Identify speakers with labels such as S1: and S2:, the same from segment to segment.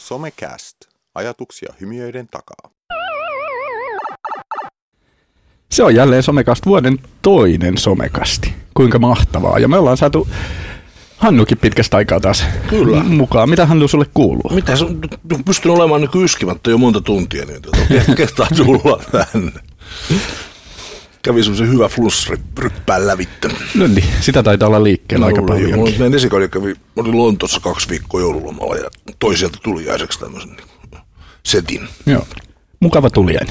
S1: Somecast. Ajatuksia hymiöiden takaa.
S2: Se on jälleen Somecast, vuoden toinen Somecasti. Kuinka mahtavaa. Ja me ollaan saatu Hannukin pitkästä aikaa taas
S3: Kyllä
S2: mukaan. Mitä Hannu sulle kuuluu?
S3: Mitä se on pystynyt olemaan niin yskimättä jo monta tuntia, niin kehtaa tulla tänne. Kävi semmoisen hyvä flussryppään lävittä.
S2: No niin, sitä taitaa olla liikkeellä aika paljon.
S3: Meidän esikoinen oli Lontoossa 2 viikkoa joululomalla ja toiselta tuliaiseksi tämmöisen niin setin.
S2: Joo, mukava tuliainen.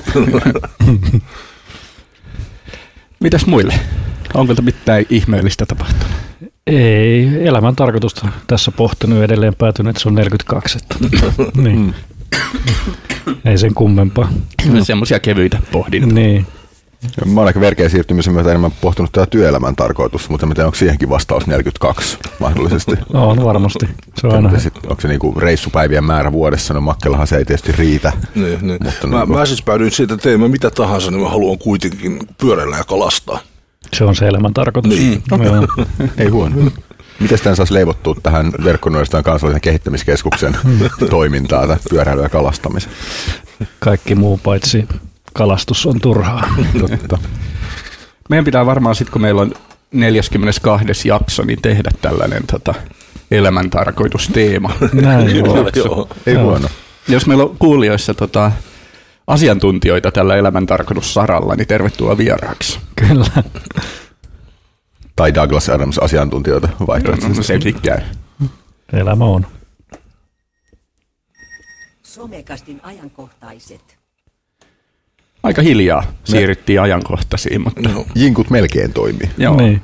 S2: Mitäs muille? Onko mitään ihmeellistä tapahtunut?
S4: Ei, elämän tarkoitusta tässä pohtinut edelleen päätynyt, että se on 42. Niin. Ei sen kummempaa.
S2: Semmoisia kevyitä pohdintoja.
S4: Niin.
S5: Mä oon aika verkeä siirtymisen myötä enemmän pohtunut tätä työelämän tarkoitus, mutta en tiedä, onko siihenkin vastaus 42 mahdollisesti.
S4: On varmasti. Se on aina.
S5: Onko se niinku reissupäivien määrä vuodessa? No Makkellahan se ei tietysti riitä.
S3: Niin. Mutta mä siis päädyin siitä, että teemme mitä tahansa, niin mä haluan kuitenkin pyöräillä ja kalastaa.
S4: Se on se elämän tarkoitus.
S3: Niin.
S5: Ei huono. Miten tämän saisi leivottua tähän Verkkonuorisotyön kansallisen kehittämiskeskuksen toimintaan, tai pyöräily ja kalastamisen?
S4: Kaikki muu paitsi kalastus on turhaa.
S5: Totta.
S2: Meidän pitää varmaan sitten, kun meillä on 42. jakso, niin tehdä tällainen elämäntarkoitusteema.
S4: Näin
S3: Joo.
S5: Ei huono.
S2: Jos meillä on kuulijoissa asiantuntijoita tällä elämäntarkoitussaralla, niin tervetuloa vieraaksi.
S4: Kyllä.
S5: Tai Douglas Adams asiantuntijoita vaihtoehtoisesti.
S2: No, se käy.
S4: Elämä on.
S6: Somecastin ajankohtaiset.
S2: Aika hiljaa siirryttiin ajankohtaisiin, mutta
S5: Jinkut melkein toimii.
S2: joo.
S4: Niin.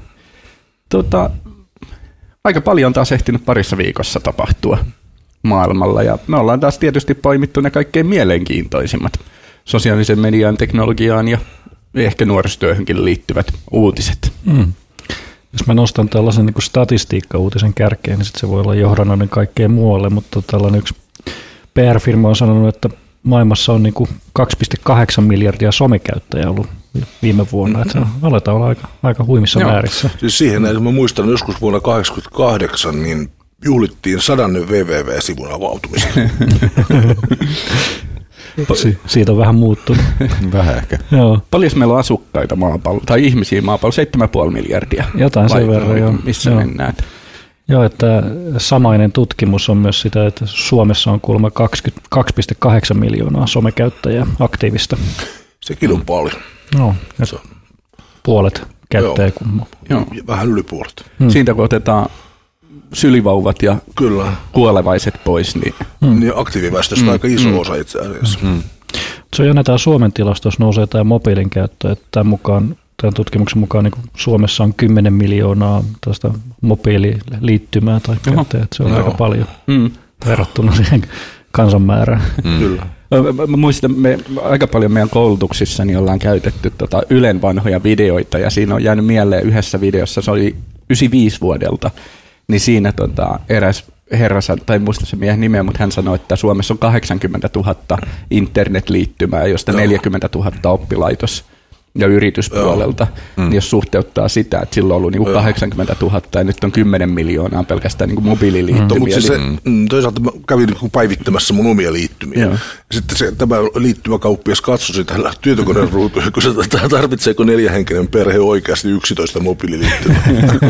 S2: Aika paljon on taas ehtinyt parissa viikossa tapahtua maailmalla, ja me ollaan taas tietysti poimittu ne kaikkein mielenkiintoisimmat sosiaalisen median, teknologiaan ja ehkä nuorisotyöhönkin liittyvät uutiset.
S4: Jos mä nostan tällaisen niin kuin statistiikka-uutisen kärkeen, niin sit se voi olla johdannainen kaikkeen muualle, mutta tällainen yksi PR-firma on sanonut, että maailmassa on niin kuin 2,8 miljardia somekäyttäjää ollut viime vuonna, että aletaan olla aika huimissa määrissä.
S3: Siis siihen, että mä muistan joskus vuonna 1988, niin juhlittiin 100 www-sivun avautumista.
S4: Siitä on vähän muuttunut.
S5: Vähän ehkä.
S4: Joo.
S2: Paljon meillä on asukkaita maapallolla, tai ihmisiä maapallolla? 7,5 miljardia.
S4: Jotain sen verran, joo.
S2: Missä
S4: Joo.
S2: mennään?
S4: Joo, että samainen tutkimus on myös sitä, että Suomessa on kuulemma 2,8 miljoonaa somekäyttäjää aktiivista.
S3: Sekin on paljon.
S4: No, puolet käyttää.
S2: Joo.
S3: Vähän yli puolet.
S2: Siitä kun otetaan sylivauvat ja
S3: Kyllä.
S2: kuolevaiset pois, niin
S3: Niin aktiiviväestöstä aika iso osa itse asiassa.
S4: Se on jo näitä Suomen tilastossa nousee tämä mobiilin käyttö, että tämän tutkimuksen mukaan niin Suomessa on 10 miljoonaa tästä mobiililiittymää tai käyttäjää, että se on aika paljon verrattuna siihen kansanmäärään.
S3: Kyllä.
S2: mä muistan, aika paljon meidän koulutuksissa niin ollaan käytetty Ylen vanhoja videoita, ja siinä on jäänyt mieleen yhdessä videossa, se oli 95 vuodelta, niin siinä eräs herra, tai en muista se miehen nimeä, mutta hän sanoi, että Suomessa on 80 000 internetliittymää, josta 40 000 oppilaitos- ja yrityspuolelta, niin jos suhteuttaa sitä, että silloin on ollut niin kuin 80 000 ja nyt on 10 miljoonaa pelkästään niin kuin mobiililiittymiä.
S3: Mutta siis toisaalta mä kävin niin päivittämässä mun omia liittymiä.
S2: Joo.
S3: Sitten tämä liittymäkauppias katsoi sitä tietokoneen ruutuja, kun se tarvitseeko 4-henkinen perhe oikeasti 11 mobiililiittymää.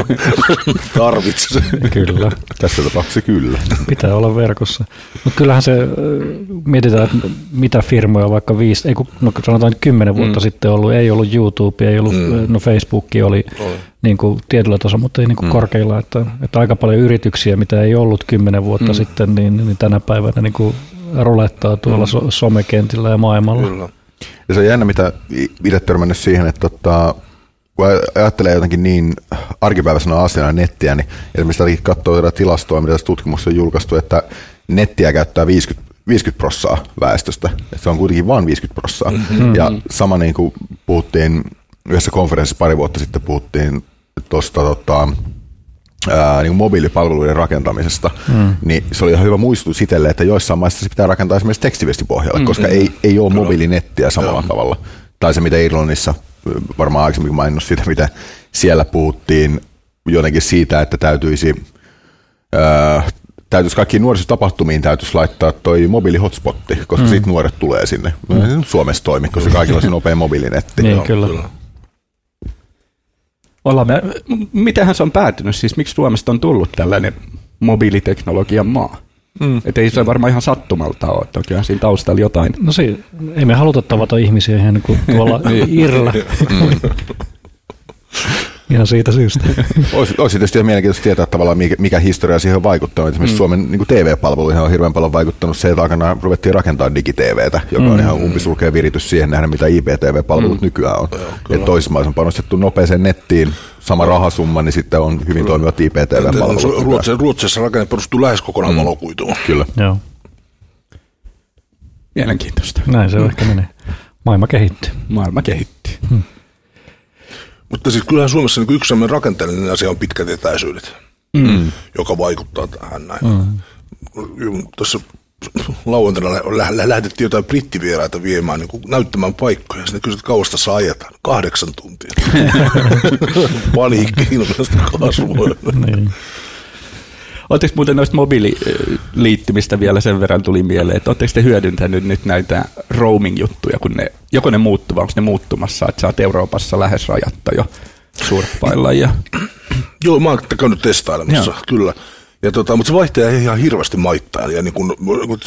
S3: Tarvitsee.
S4: Kyllä.
S5: Tässä tapauksessa kyllä.
S4: Pitää olla verkossa. Mutta kyllähän se, mietitään, että mitä firmoja vaikka sanotaan 10 vuotta sitten ollut, ei ollut YouTube, ei ollut, no Facebook oli niin kuin tietyllä tasolla, mutta ei niin kuin korkeilla, että aika paljon yrityksiä, mitä ei ollut 10 vuotta sitten, niin tänä päivänä niin kuin rulettaa tuolla somekentillä ja maailmalla.
S3: Kyllä.
S5: Ja se on jännä, mitä itse törmännyt siihen, että kun ajattelee jotenkin niin arkipäiväisenä asiana nettiä, niin esimerkiksi katsoo tätä tilastoa, mitä tässä tutkimuksessa on julkaistu, että nettiä käyttää 50% väestöstä, että se on kuitenkin vain 50%. Ja sama niin kuin puhuttiin yhdessä konferenssissa pari vuotta sitten, puhuttiin tuosta niin mobiilipalveluiden rakentamisesta, niin se oli ihan hyvä muistutus itselle, että joissain maissa se pitää rakentaa esimerkiksi tekstiviestipohjalle, koska ei ole mobiilinettiä samalla tavalla. Tai se, mitä Irlannissa, varmaan aikaisemmin maininnut siitä, mitä siellä puhuttiin jotenkin siitä, että täytyisi täytyisi kaikkiin nuorisotapahtumiin täytyisi laittaa toi mobiilihotspotti, koska siitä nuoret tulee sinne. Suomessa toimi, koska kaikilla on se nopea mobiilinetti.
S4: Niin, kyllä.
S2: Mitenhän se on päätynyt? Siis miksi Suomesta on tullut tällainen mobiiliteknologian maa? Että ei se varmaan ihan sattumalta ole, toki siinä taustalla jotain.
S4: No ei me haluta tavata ihmisiä ihan niin kuin tuolla Irllä. Ihan siitä syystä.
S5: Olisi tietysti ihan mielenkiintoista tietää tavallaan, mikä historia siihen on vaikuttanut. Esimerkiksi Suomen niin kuin TV-palveluihin on hirveän paljon vaikuttanut se, että aikanaan ruvettiin rakentaa digitevetä, joka on ihan umpisulkea viritys siihen nähdä, mitä IPTV-palvelut nykyään on. Että toisessa maissa on panostettu nopeeseen nettiin, sama rahasumma, niin sitten on hyvin toimivat IPTV-palvelut.
S3: Ruotsissa rakenne perustuu lähes kokonaan valokuituun.
S5: Kyllä.
S4: Joo.
S2: Mielenkiintoista.
S4: Näin se ehkä menee. Maailma kehittyy.
S3: Mutta siis kyllähän Suomessa niin yksi sellainen rakenteellinen asia on pitkät etäisyydet, joka vaikuttaa tähän näin. Tuossa lauantaina lähetettiin jotain brittivieraita viemään niin näyttämään paikkoja. Sitten kysyt, että kauas tässä ajetaan. 8 tuntia. Paniikki ilmeisesti kasvoi.
S2: Niin. Oletteko muuten noista mobiililiittymistä vielä sen verran tuli mieleen, että oletteko te hyödyntänyt nyt näitä roaming-juttuja, kun joko ne muuttuu, vai onko ne muuttumassa, että sä oot Euroopassa lähes rajatta jo surffailla?
S3: Joo, mä oon käynyt testailemassa, kyllä. Mutta se vaihtaja ei ihan hirveästi maittaa, ja niin kun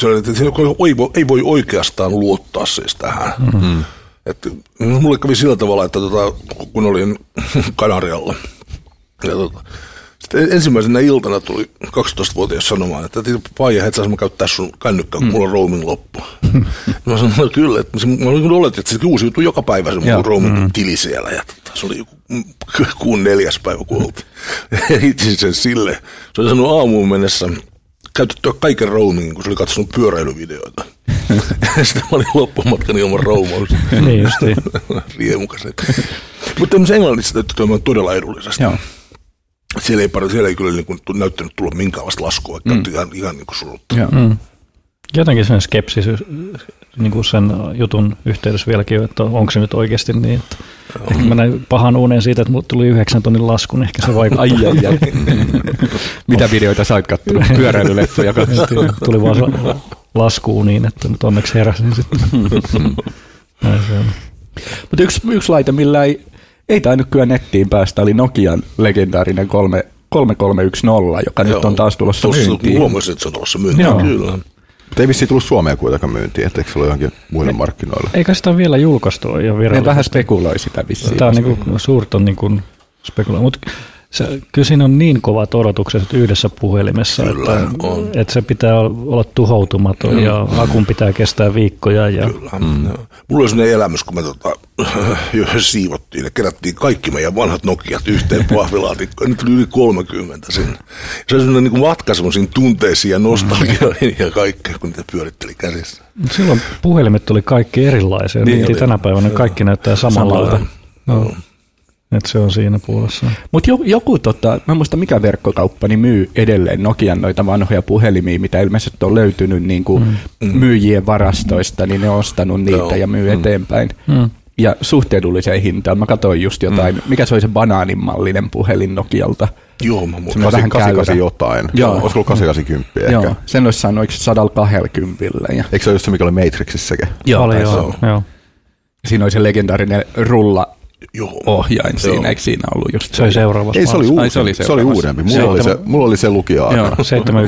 S3: ei voi oikeastaan luottaa siis tähän. Että, mulle kävi sillä tavalla, että kun olin Kanarialla, ja sitten ensimmäisenä iltana tuli 12-vuotias sanomaan, että Paija, et saisi käyttää sun kännykkää, kun mulla on roaming loppu. Mä sanoin, että kyllä, että mä oletin, että se uusiutuu joka päivä se mun roaming-tili siellä. Ja se oli joku kuun 4. päivä, kun oltiin. Heitin sen sille. Se oli sanonut aamuun mennessä käytettyä kaiken roamingin, kun se oli katsonut pyöräilyvideoita. Sitten mä olin loppumatkan ilman roamausta.
S4: Niin justiin.
S3: Riemukaset. Mutta tämmöisen englannissa täytyy toimia todella edullisesti. Joo. Siellä ei kyllä niin kuin näyttänyt tulla minkäänlaista laskua, vaikka ihan niin kuin surutta.
S4: Jotenkin sen skepsis niin kuin sen jutun yhteydessä vieläkin, että onko se nyt oikeasti niin, että ehkä mä näin pahan unen siitä, että mulle tuli 9 tunnin laskun, ehkä se vaikuttaa.
S2: Ai. Mitä videoita sä oot kattonut? Pyöräilyleffoja.
S4: Tuli vaan laskuun niin, että nyt onneksi heräsin sitten.
S2: Mutta yksi laite, millä ei tainnut kyllä nettiin päästä, oli Nokian legendaarinen 3310, joka nyt on taas tulossa myyntiin.
S3: Huomasin, että se on tulossa myyntiin, kyllä.
S5: Mutta ei vissiin tullut Suomeen kuitenkaan myyntiin, etteikö se ole johonkin muille markkinoille?
S4: Eikä sitä ole vielä julkaistu.
S2: Ne vähän spekuloi sitä vissiin.
S4: Tämä on niin suurta niin spekuloi, mutta kyllä siinä on niin kovat odotukset yhdessä puhelimessa, että se pitää olla tuhoutumaton ja akun pitää kestää viikkoja. Ja
S3: Mulla oli sellainen elämys, kun me siivottiin ja kerättiin kaikki meidän vanhat Nokiat yhteen pahvilaatikkoon. Nyt tuli yli 30 sinne. Se oli sellainen niin matka semmoisiin tunteisiin ja nostalgioihin ja kaikkea, kun niitä pyöritteli käsissä.
S4: Silloin puhelimet oli kaikki erilaisia. Niin tänä päivänä kaikki näyttää samalta. Että se on siinä puolessa.
S2: Mutta joku, mä en muista mikä verkkokauppa, niin myy edelleen Nokian noita vanhoja puhelimia, mitä ilmeisesti on löytynyt niin kuin myyjien varastoista, niin ne on ostanut niitä ja myy eteenpäin. Ja suhteedulliseen hintaan. Mä katsoin just jotain, mikä se oli se banaaninmallinen puhelin Nokialta.
S3: Joo, mä muistan.
S5: 880 jotain. Joo. Olisiko ollut 880 ehkä?
S2: Joo, sen olisi saanut 120. Ja
S5: eikö se ole just se, mikä oli Matrixissakin?
S2: Joo. Siinä oli se legendaarinen rulla-ohjain siinä, eikö siinä ollut just
S4: se? Oli seuraavassa.
S5: Ei, se oli uudempi. Mulla oli se lukija-aika.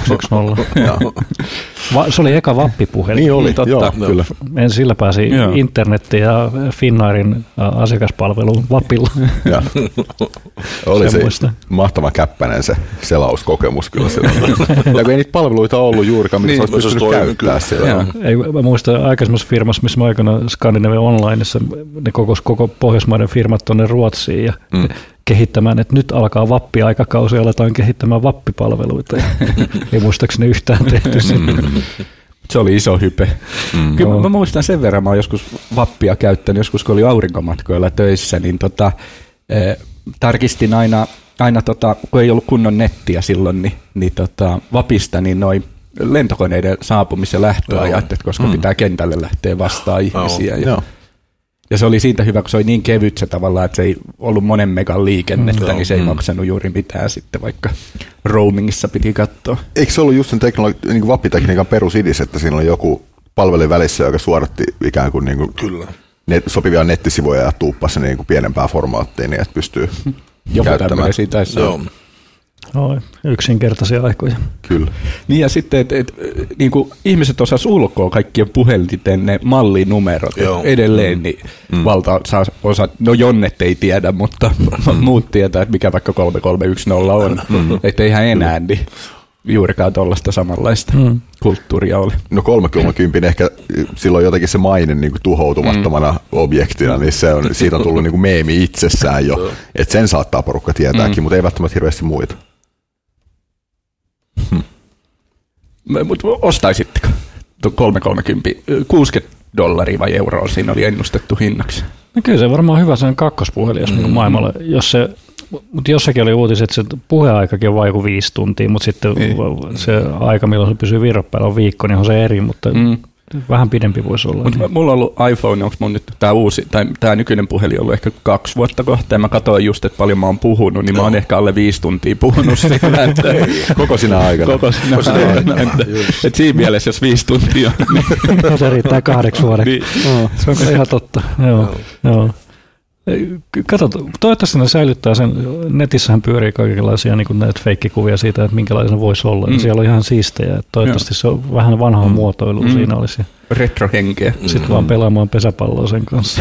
S4: 7110. Se oli eka Vappi-puhelin.
S5: Niin oli, totta. Kyllä.
S4: En sillä pääsi internetin ja Finnairin asiakaspalveluun Vapilla.
S5: Oli se mahtavan käppäinen se selauskokemus kyllä. Ja kun ei niitä palveluita ollut juurikaan, mitä olisi pystynyt käyttää siellä.
S4: Mä muistan aikaisemmassa firmassa, missä mä aikana Scandinavian Onlineissa, ne koko Pohjoismaiden firmat tuonne Ruotsiin ja kehittämään, että nyt alkaa Vappi-aikakausi ja aletaan kehittämään Vappipalveluita. Ei muistaakseni yhtään tehty sitä.
S2: Se oli iso hype. Kyllä mä muistan sen verran, mä oon joskus Vappia käyttänyt, joskus kun oli aurinkomatkoilla töissä, niin tarkistin aina kun ei ollut kunnon nettiä silloin, niin Vapista niin noin lentokoneiden saapumis- ja lähtöajat, koska pitää kentälle lähteä vastaan ihmisiä. Ja se oli siitä hyvä, kun se oli niin kevyt se tavallaan, että se ei ollut monen megan liikennettä, niin se ei maksanut juuri mitään sitten, vaikka roamingissa piti katsoa.
S5: Eikö se ollut just sen niin vappitekniikan perusidis, että siinä oli joku palvelu välissä, joka suodatti ikään kuin,
S3: Kyllä.
S5: Sopivia nettisivuja ja tuuppasi niin kuin pienempää formaattia, niin että pystyy käyttämään.
S2: Siitä
S4: yksinkertaisia aikoja.
S5: Kyllä.
S2: Niin ja sitten, että niin kuin ihmiset osas ulkoa kaikkien puhelinten ne mallinumerot. Edelleen niin valtaosa, no Jonnet ei tiedä, mutta muut tietää, että mikä vaikka 3310 on. Että eihän enää niin juurikaan tuollaista samanlaista kulttuuria oli.
S5: No 30 ehkä silloin jotenkin se maine niin kuin tuhoutumattomana objektina, niin siitä on tullut niin kuin meemi itsessään jo. Että sen saattaa porukka tietääkin, mutta ei välttämättä hirveästi muita.
S2: Mutta ostaisitteko 330, $60 vai euroa siinä oli ennustettu hinnaksi?
S4: No kyllä se varmaan hyvä sen kakkospuhelin maailmalla, mutta jossakin oli uutisia, että se puheaikakin on vain joku 5 tuntia, mutta sitten se aika, milloin se pysyy virran päällä on viikko, niin on se eri, mutta vähän pidempi voisi olla.
S2: Mutta mulla on ollut iPhone, onko mun nyt tämä uusi, tai tämä nykyinen puhelin ollut ehkä 2 vuotta kohta, ja mä katsoin just, että paljon mä oon puhunut, niin mä oon ehkä alle 5 tuntia puhunut sitä.
S5: Koko sinä aikana.
S2: Et siinä mielessä, jos 5 tuntia
S4: niin se riittää 8 vuodeksi.
S2: Niin.
S4: Se on ihan totta. Joo. Kato, toivottavasti ne säilyttää sen. Netissähän pyörii kaikenlaisia niin kuin näitä feikkikuvia siitä, että minkälainen voisi olla. Siellä on ihan siistejä. Toivottavasti se on vähän vanhaa muotoilua siinä olisi.
S2: Retrohenkeä.
S4: Sitten vaan pelaamaan pesäpalloa sen kanssa.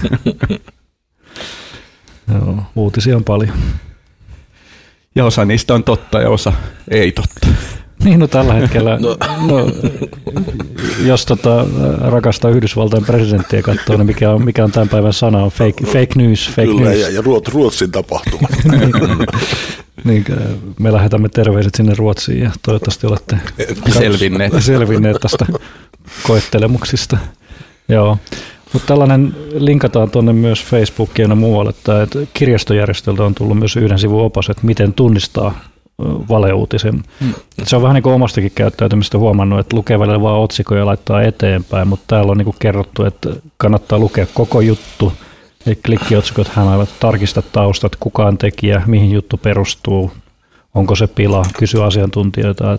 S4: Joo, uutisia on paljon.
S2: Ja osa niistä on totta ja osa ei totta.
S4: Niin, no tällä hetkellä, jos rakastaa Yhdysvaltain presidenttiä katsoo, niin mikä on tämän päivän sana, on fake news.
S3: Kyllä, ja Ruotsin tapahtumat.
S4: niin, me lähetämme terveiset sinne Ruotsiin ja toivottavasti olette selvinneet tästä koettelemuksista. Joo. Mutta tällainen linkataan tuonne myös Facebookiin ja muualle, että kirjastojärjestöltä on tullut myös 1 sivun opas, että miten tunnistaa valeuutisen. Se on vähän niin kuin omastakin käyttäytymistä huomannut, että lukee välillä vaan otsikoja ja laittaa eteenpäin, mutta täällä on niin kuin kerrottu, että kannattaa lukea koko juttu. Eli klikkiotsikot hän aivan tarkista taustat, kuka on tekijä, mihin juttu perustuu, onko se pila, kysy asiantuntijoita.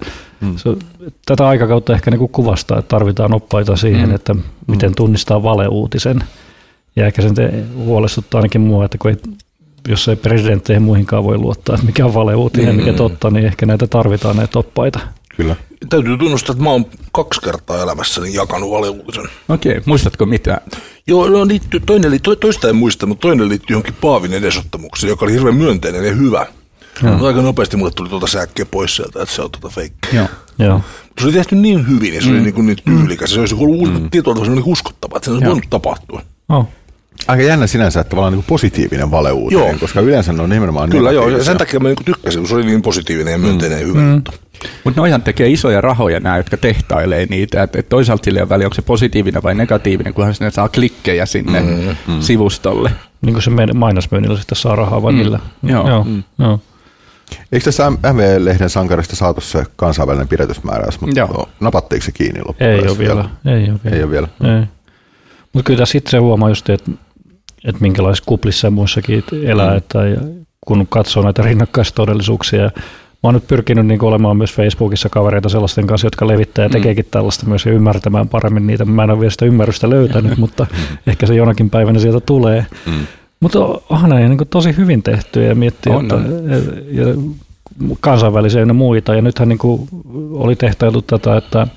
S4: Tätä aikakautta ehkä niin kuin kuvastaa, että tarvitaan oppaita siihen, että miten tunnistaa valeuutisen. Ja ehkä sen huolestuttaa ainakin mua, että jos ei presidentteihin muihinkaan voi luottaa, että mikä on valeuutinen, mikä totta, niin ehkä näitä tarvitaan näitä oppaita.
S5: Kyllä.
S3: Täytyy tunnustaa, että mä oon 2 kertaa elämässäni jakanut valeuutisen.
S2: Okei, muistatko mitään?
S3: Joo, no toista en muista, mutta toinen liittyy johonkin Paavin edesottamukseen, joka oli hirveän myönteinen ja hyvä. Mutta aika nopeasti mulle tuli tuota säkkiä pois sieltä, että se on feikkiä.
S4: Joo.
S3: Mutta se oli tehty niin hyvin ja se oli niin tyylikäs. Se olisi ollut tietyllä tavalla uskottava, että se olisi voinut tapahtua.
S5: Aika jännä sinänsä, että tavallaan niin positiivinen valeuutinen, koska yleensä ne on nimenomaan
S3: kyllä joo, ja sen takia mä tykkäsin, kun se oli niin positiivinen ja myönteinen ja hyvä juttu.
S2: Mutta noihan tekee isoja rahoja nämä, jotka tehtailee niitä, että toisaalta sille on väliä, onko se positiivinen vai negatiivinen, kunhan sinne saa klikkejä sinne sivustolle. Niin kuin
S4: se mainosmyynnillä sitten saa rahaa vai millä?
S2: Joo.
S5: Eikö tässä MV-lehden sankarista saatu se kansainvälinen pidätysmääräys, mutta napattiinko se kiinni loppuun?
S4: Ei ole vielä. Mutta kyllä tässä itse huomaa just, että minkälaisissa kuplissa ja muissakin elää, että kun katsoo näitä rinnakkaistodellisuuksia. Mä oon nyt pyrkinyt niin olemaan myös Facebookissa kavereita sellaisten kanssa, jotka levittää ja tekeekin tällaista myös ja ymmärtämään paremmin niitä. Mä en ole vielä sitä ymmärrystä löytänyt, mutta ehkä se jonakin päivänä sieltä tulee. Mutta onhan ne niin tosi hyvin tehty ja miettii, että kansainvälisiä ja muita. Ja nythän niin oli tehtailtu tätä, että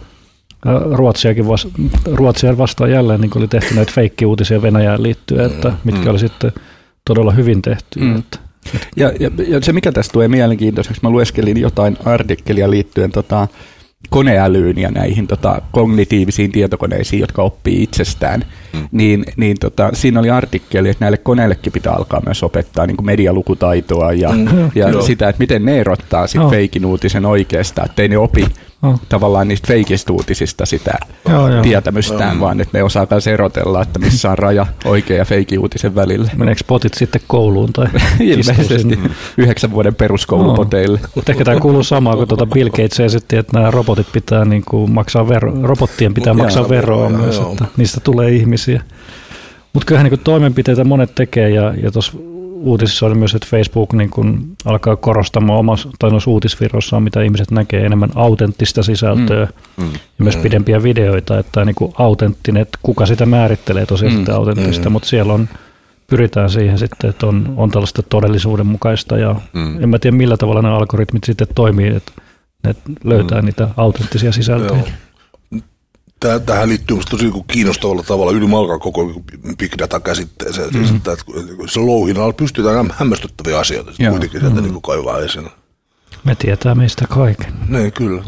S4: Ruotsia vastaan jälleen niin oli tehty näitä feikkiuutisia Venäjään liittyen, että mitkä oli sitten todella hyvin tehty.
S2: Ja se mikä tästä tulee mielenkiintoiseksi, mä lueskelin jotain artikkelia liittyen koneälyyn ja näihin kognitiivisiin tietokoneisiin, jotka oppii itsestään, niin siinä oli artikkeli, että näille koneillekin pitää alkaa myös opettaa niin kuin medialukutaitoa ja sitä, että miten ne erottaa sit feikin uutisen oikeasta, ettei ne opi tavallaan niistä feikistä uutisista sitä tietämystään, vaan että ne osaa myös erotella, että missä on raja oikea ja feikin uutisen välillä.
S4: Meneekö botit sitten kouluun? Tai
S2: ilmeisesti 9 vuoden peruskoulupoteille.
S4: Mutta ehkä tämä kuuluu samaa, kun Bill Gates esitti, että nämä robotit pitää niin kuin maksaa robottien pitää maksaa veroa myös, että niistä tulee ihmisiä. Mutta kyllähän niin toimenpiteitä monet tekee ja tuossa uutisissa oli myös, että Facebook niin kun alkaa korostamaan noissa uutisvirroissaan, mitä ihmiset näkee, enemmän autenttista sisältöä ja myös pidempiä videoita, että niin kuin autenttinen, että kuka sitä määrittelee tosiaan sitä autenttista, mutta siellä pyritään siihen sitten, että on tällaista todellisuudenmukaista ja en mä tiedä millä tavalla nämä algoritmit sitten toimii, että ne löytää niitä autenttisia sisältöjä.
S3: Tähän liittyy minusta tosi kiinnostavalla tavalla ylimalkaan koko big data käsitteeseen. Että se louhinnalla pystytään hämmästyttäviä asioita kuitenkin sieltä niin kaivaa esiin.
S4: Me tietää meistä kaiken.
S3: Niin, kyllä.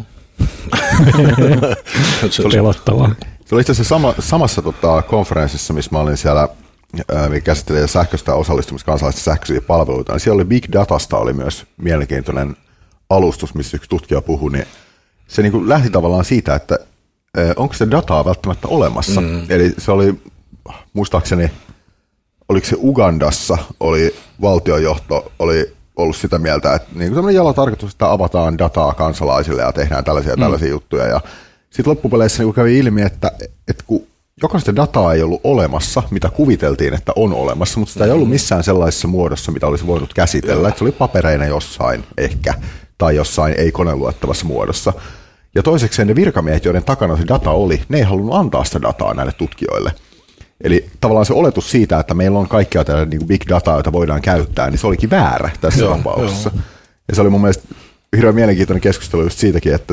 S4: Se oli pelottavaa.
S5: Se oli itse asiassa samassa konferenssissa, missä mä olin siellä, mikä käsittelee sähköistä osallistumista kansalaisten sähköisiä palveluita, niin siellä oli Big Datasta oli myös mielenkiintoinen alustus, missä yksi tutkija puhui, niin se niin kuin lähti tavallaan siitä, että onko se dataa välttämättä olemassa. Eli se oli, muistaakseni, oliko se Ugandassa, oli valtionjohto, oli ollut sitä mieltä, että niin tämmöinen jalo tarkoitus, että avataan dataa kansalaisille ja tehdään tällaisia juttuja. Ja sitten loppupeleissä niin kävi ilmi, että kun jokaista dataa ei ollut olemassa, mitä kuviteltiin, että on olemassa, mutta sitä ei ollut missään sellaisessa muodossa, mitä olisi voinut käsitellä. Että se oli papereina jossain ehkä, tai jossain ei-koneluettavassa muodossa. Ja toisekseen ne virkamiehet, joiden takana se data oli, ne ei halunnut antaa sitä dataa näille tutkijoille. Eli tavallaan se oletus siitä, että meillä on kaikkea tällaista niin big dataa, jota voidaan käyttää, niin se olikin väärä tässä tapauksessa. Ja se oli mun mielestä hirveän mielenkiintoinen keskustelu just siitäkin, että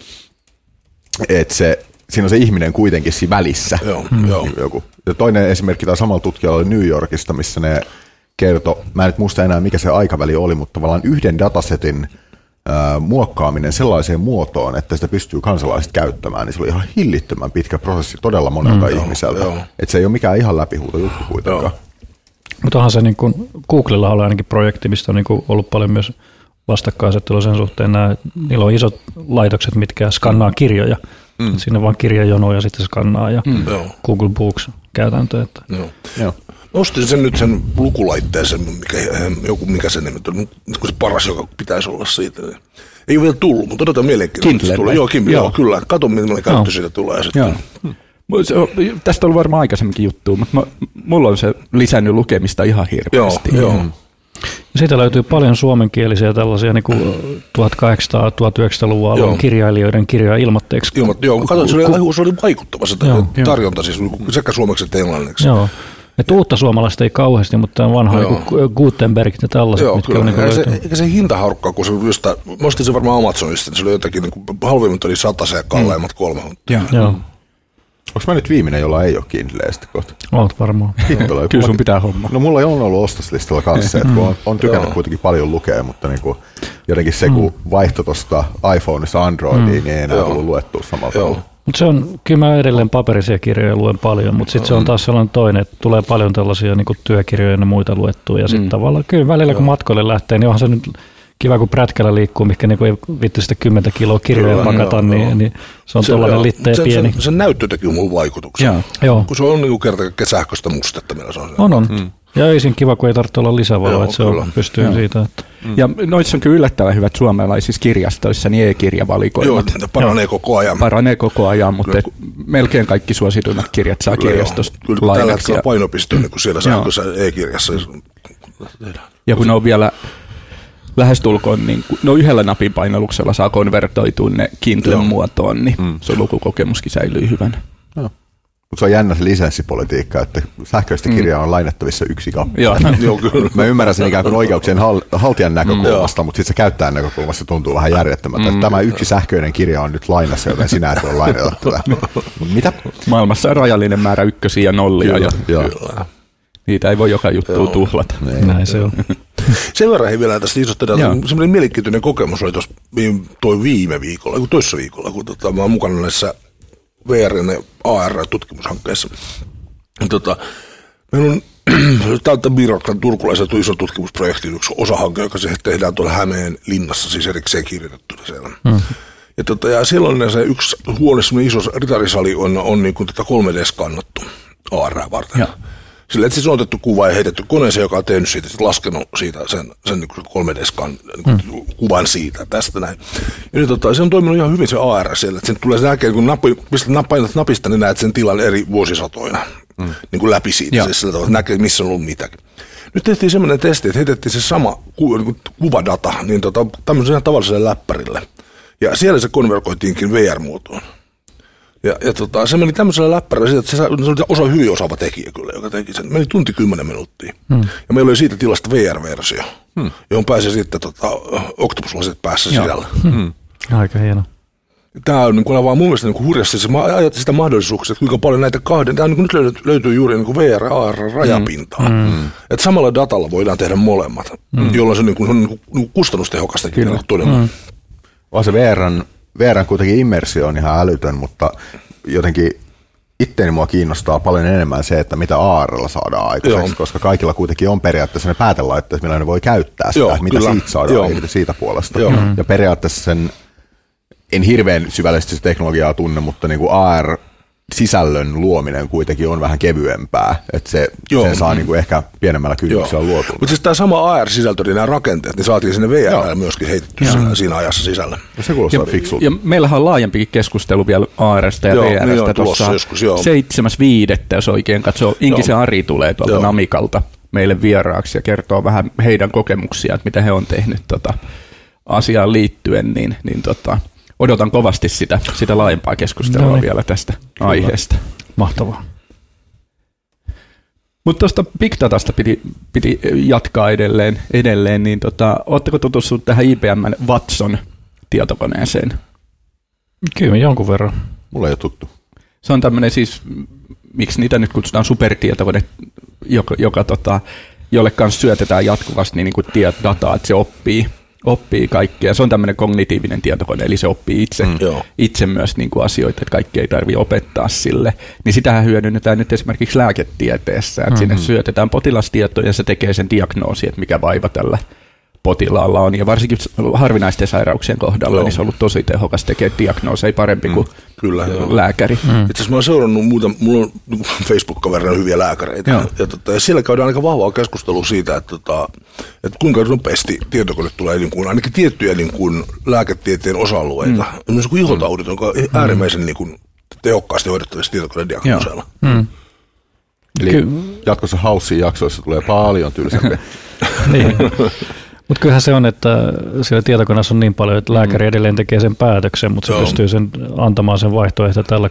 S5: siinä on se ihminen kuitenkin siinä välissä. Joku. Ja toinen esimerkki tai samalla tutkijalla oli New Yorkista, missä ne kertoi, mä en nyt muista enää mikä se aikaväli oli, mutta tavallaan yhden datasetin muokkaaminen sellaiseen muotoon, että sitä pystyy kansalaiset käyttämään, niin se oli ihan hillittömän pitkä prosessi todella monelta ihmiseltä. Että se ei ole mikään ihan läpihuuto juttu kuitenkaan.
S4: Mutta onhan se niin kuin, Googlella on ainakin projekti, mistä on niin kuin ollut paljon myös vastakkainasettelua sen suhteen. Niillä on isot laitokset, mitkä skannaa kirjoja. Siinä vaan kirjajono ja sitten skannaa ja Google Books käytäntö.
S3: Ostin sen lukulaitteen, mikä se nimi on, kun se paras, joka pitäisi olla siitä. Ei ole vielä tullut, mutta odotan mielenkiintoista. Joo, kyllä. Kato, millainen käyttö siitä tulee sitten.
S2: Tästä on ollut varmaan aikaisemminkin juttua, mutta mulla on se lisännyt lukemista ihan hirveästi.
S3: Joo.
S4: Siitä löytyy paljon suomenkielisiä tällaisia niin kuin 1800-1900-luvun alun kirjailijoiden kirjoja ilmatteeksi.
S3: Katsoin, se oli vaikuttava se tarjonta siis sekä suomeksi että englanniksi.
S4: Joo. Että uutta suomalaista ei kauheasti, mutta on vanha Gutenberg ja tällaiset, mitkä on
S3: eikä se hintaharukkaa, kun se oli jostain, mä ostin se varmaan Amazonista, niin se oli jotakin, niin halvimmat oli 100 ja kalleimmat 300.
S4: Joo.
S5: Onko mä nyt viimeinen, jolla ei ole Kindleä sitten kohta?
S4: Olet varmaan.
S2: Kyllä sun pitää homma.
S5: No mulla on ollut ostoslistalla kanssa, että kun on tykännyt kuitenkin paljon lukea, mutta niinku, jotenkin se, kun vaihto tuosta iPhoneista Androidiin, niin ei enää ollut luettua samalla tavalla.
S4: Mutta se on, kyllä mä edelleen paperisia kirjoja luen paljon, mutta sitten se on taas sellainen toinen, että tulee paljon tällaisia niin kuin työkirjoja ja muita luettua. Ja sitten tavallaan kyllä välillä kun matkoille lähtee, niin onhan se nyt kiva, kun prätkällä liikkuu, mikä niin ei vitti sitä 10 kiloa kirjoja pakata, niin se on tuollainen litteä pieni.
S3: Se näyttö teki mun vaikutuksen. Kun se on niin kerta sähköistä mustetta, millä se on.
S4: On. Ja ei siinä kiva, kun ei tarvitse olla lisävaloa, että se on, pystyy siitä. Että.
S2: Ja noissa on kyllä yllättävän hyvät suomalaisissa kirjastoissa, niin e-kirjavalikoimat.
S3: Joo, paranee koko ajan.
S2: Paranee koko ajan, mutta melkein kaikki suosituimmat kirjat saa kirjastosta lainaksi.
S3: Tällä hetkellä painopiste on niin siellä sähköisessä e-kirjassa.
S2: Ja kun ne on vielä lähestulkoon, niin no yhdellä napin painalluksella saa konvertoitua ne Kindlen muotoon, niin se lukukokemuskin säilyy hyvänä.
S5: Mutta se on jännä se lisenssipolitiikka, että sähköistä kirjaa on lainattavissa yksi kappale.
S3: Joo, kyllä.
S5: Mä ymmärrän sen ikään kuin oikeuksien haltijan näkökulmasta, mutta sitten se käyttäjän näkökulmasta tuntuu vähän järjettömältä. Tämä yksi sähköinen kirja on nyt lainassa, joten sinä et voi lainata tätä. Mitä?
S2: Maailmassa on rajallinen määrä ykkösiä ja nollia. Kyllä. Niitä ei voi joka juttua tuhlata.
S4: Näin se on.
S3: Sen verran vielä tästä isosta semmoinen mielenkiintoinen kokemus oli tuossa viime viikolla, toissa viikolla, kun mä oon mukana näissä VR- ja AR-tutkimushankkeessa. Meillä on täältä Virotkan turkulaisella iso tutkimusprojekti, yksi osahanke, joka se tehdään tuolla Hämeen linnassa, siis erikseen kirjoitettuna siellä. Ja siellä on se yksi huone, semmoinen iso ritarisali on niin kuin 3D-skannattu AR varten. Sillä että siis on otettu kuva ja heitetty koneeseen, joka on tehnyt siitä, laskenut siitä sen niin 3D-kuvan siitä, tästä näin. Ja nyt se on toiminut ihan hyvin se AR siellä, että sen tulee sen jälkeen, kun painat napista, niin näet sen tilan eri vuosisatoina. niin kuin läpi siitä, siis sillä tavalla, että näkee, missä on ollut mitäkin. Nyt tehtiin semmoinen testi, että heitettiin se sama kuvadata niin tämmöiselle tavalliselle läppärille. Ja siellä se konvergoitiinkin VR-muotoon. Ja se meni tämmöisellä läppärillä siitä, että se oli hyvin osaava tekijä kyllä, joka teki sen. Meni tunti 10 minuuttia. Ja meillä oli siitä tilasta VR-versio, johon pääsi sitten Octopus-lasit päässä sisällä.
S4: Aika hieno.
S3: Tämä on niin vaan mun mielestä niin hurjasti. Mä ajattelin sitä mahdollisuuksia, että kuinka paljon näitä kahden. Tämä niin nyt löytyy juuri niin VR- ja AR-rajapintaa. Että samalla datalla voidaan tehdä molemmat, jolloin se on niin kuin kustannustehokastakin todella.
S5: Se VR:n kuitenkin immersio on ihan älytön, mutta jotenkin itteeni mua kiinnostaa paljon enemmän se, että mitä AR:lla saadaan aikaiseksi, koska kaikilla kuitenkin on periaatteessa ne päätelaitteet, millä ne voi käyttää sitä, että mitä siitä saadaan irti siitä puolesta. Ja periaatteessa sen, en hirveän syvällisesti teknologiaa tunne, mutta niin kuin AR-sisällön luominen kuitenkin on vähän kevyempää, että se saa niin kuin ehkä pienemmällä kynnyksellä luotua.
S3: Mutta siis tämä sama AR-sisältö, niin nämä rakenteet, niin saatiin sinne VR myöskin heitetty siinä ajassa sisällä.
S5: No se kuulostaa fiksulta.
S2: Ja meillähän on laajempikin keskustelu vielä AR:sta ja VR:stä tuossa 7.5. jos oikein katsoo. Inkisen Ari tulee tuolta Namikalta meille vieraaksi ja kertoo vähän heidän kokemuksiaan, että mitä he on tehnyt asiaan liittyen, niin odotan kovasti sitä laajempaa keskustelua vielä tästä aiheesta.
S4: Mahtavaa.
S2: Mutta tuosta Big Datasta piti jatkaa edelleen niin ootteko tutustunut tähän IBM:n Watson-tietokoneeseen?
S4: Kyllä jonkun verran.
S5: Mulla ei ole tuttu.
S2: Se on tämmöinen siis, miksi niitä nyt kutsutaan supertietokone, jolle kanssa syötetään jatkuvasti niin kuin dataa, että se oppii kaikkea. Se on tämmöinen kognitiivinen tietokone, eli se oppii itse myös niin kuin asioita, että kaikki ei tarvitse opettaa sille. Niin sitähän hyödynnetään nyt esimerkiksi lääketieteessä, että sinne syötetään potilastietoja ja se tekee sen diagnoosin, että mikä vaiva tällä potilaalla on. Ja varsinkin harvinaisten sairauksien kohdalla niin se on ollut tosi tehokas tekee diagnooseja parempi kuin lääkäri.
S3: Itse asiassa mä oon seurannut mulla on Facebook-kaverina hyviä lääkäreitä. Ja siellä käydään aika vahvaa keskustelua siitä, että kuinka nopeasti tietokone tulee ainakin tiettyjä lääketieteen osa-alueita. Myös kuin ihotaudit on äärimmäisen tehokkaasti hoidettavissa tietokonediagnooseilla.
S5: Eli jatkossa Houseen jaksoissa tulee paljon tylsempiä.
S4: Niin. Mutta kyllähän se on, että siellä tietokoneessa on niin paljon, että lääkäri edelleen tekee sen päätöksen, mutta se pystyy sen antamaan sen vaihtoehto tällä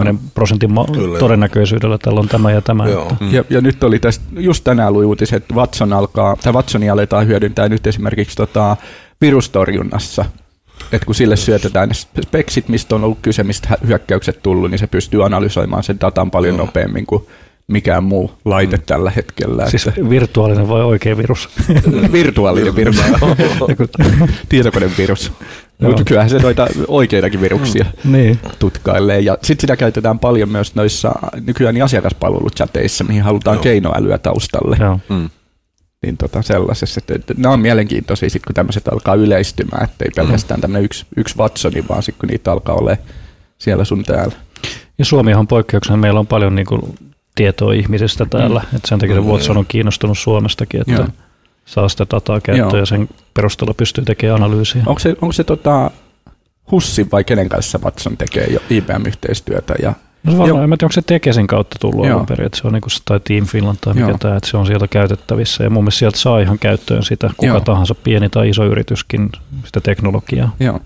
S4: 60% todennäköisyydellä, tällä on tämä ja tämä.
S2: Ja nyt oli tästä, just tänään luin uutiset, että Watsonia aletaan hyödyntää nyt esimerkiksi virustorjunnassa. Että kun sille syötetään ne speksit, mistä on ollut kyse, mistä hyökkäykset tullut, niin se pystyy analysoimaan sen datan paljon nopeammin kuin mikään muu laite tällä hetkellä.
S4: Siis virtuaalinen vai oikea virus?
S2: Virtuaalinen virus. Tietokonevirus. Mutta kyllähän se noita oikeitakin viruksia tutkailee. Ja sitten sitä käytetään paljon myös noissa nykyään asiakaspalveluchateissa, mihin halutaan keinoälyä taustalle. Niin sellaisessa. Että nämä on mielenkiintoisia, sit kun tämmöiset alkaa yleistymään, ettei pelkästään tämmöinen yksi Watsoni, vaan sitten kun niitä alkaa olemaan siellä sun täällä.
S4: Ja Suomihan on poikkeuksena, meillä on paljon tietoa ihmisistä täällä, että sen takia se Watson on kiinnostunut Suomestakin, että saa sitä dataa käyttöön ja sen perusteella pystyy tekemään analyysiä.
S2: Onko se Hussin vai kenen kanssa Watson tekee jo IBM-yhteistyötä?
S4: No se varmaan, en tiedä, onko se Tekesin kautta tullut alun perin, että se on tai Team Finland tai mikä tämä, että se on sieltä käytettävissä ja mun mielestä sieltä saa ihan käyttöön sitä, kuka tahansa pieni tai iso yrityskin sitä teknologiaa.
S2: Joo.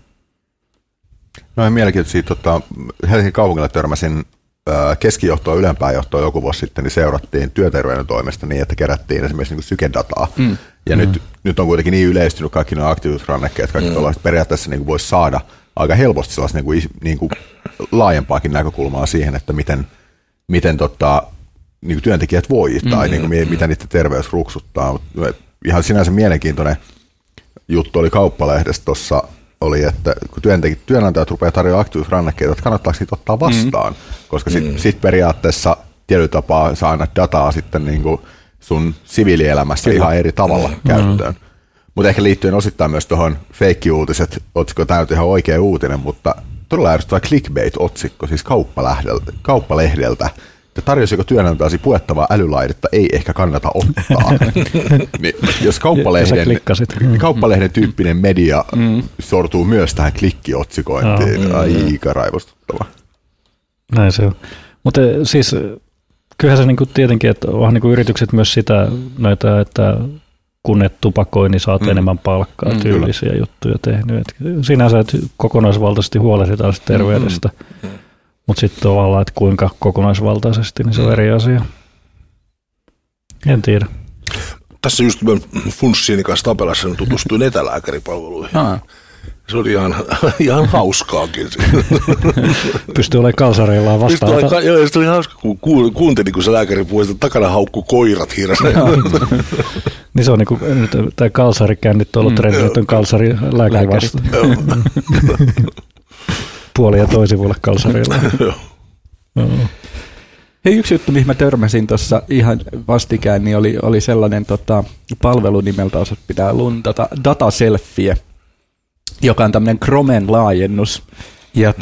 S5: No ihan mielenkiintoisia, Helsingin kaupungilla törmäsin keskijohtoa, ylempää johtoa joku vuosi sitten, niin seurattiin työterveyden toimesta niin, että kerättiin esimerkiksi sykedataa. Ja nyt on kuitenkin niin yleistynyt kaikki nuo aktiivisuusrannekkeet, kaikki tällaiset periaatteessa voisi saada aika helposti sellaista laajempaakin näkökulmaa siihen, että miten työntekijät voi tai mitä niiden terveys ruksuttaa. Ihan sinänsä mielenkiintoinen juttu oli Kauppalehdessä tuossa, oli, että kun työnantajat rupeaa tarjoamaan aktiivisuusrannekkeita, että kannattaako niitä ottaa vastaan, koska sit periaatteessa tietyllä tapaa saa aina dataa sitten sun siviilielämässä ihan eri tavalla käyttöön. Mutta ehkä liittyen osittain myös tuohon fake-uutiset, otsikko tämä nyt ihan oikea uutinen, mutta todella ärsyttävä clickbait-otsikko, siis kauppalehdeltä, että tarjosiko työnantajasi puettavaa älylaitetta ei ehkä kannata ottaa. Niin, jos kauppalehden tyyppinen media sortuu myös tähän klikkiotsikointiin, aika raivostuttava.
S4: Näin se on. Mutta siis kyllähän se niinku tietenkin, että onhan niinku yritykset myös sitä näitä, että kun et tupakoi, niin saat enemmän palkkaa, tyylisiä juttuja tehnyt. Et sinänsä et kokonaisvaltaisesti huolehditaan terveydestä, mutta sitten tavallaan, että kuinka kokonaisvaltaisesti, niin se on eri asia. En tiedä.
S3: Tässä just Funssiini kanssa Tapelassa tutustuin etälääkäripalveluihin. Se oli ihan hauskaakin.
S4: Pystyi olemaan kalsareillaan vastaan.
S3: Joo, se oli hauska, kun kuuntelin, kun se lääkäri puhui, että takana haukkui koirat hirveän.
S4: Niin se on niinku, tämä kalsarikännit on ollut trendinyt kalsari lääkäri vastaan. Puoli ja toisivuille kalsarilla.
S2: Hei, yksi juttu, mihin mä törmäsin tuossa ihan vastikään, niin oli sellainen palvelu nimeltä, jos pitää luntata, Dataselfie, joka on tämmöinen Chromen laajennus. Ja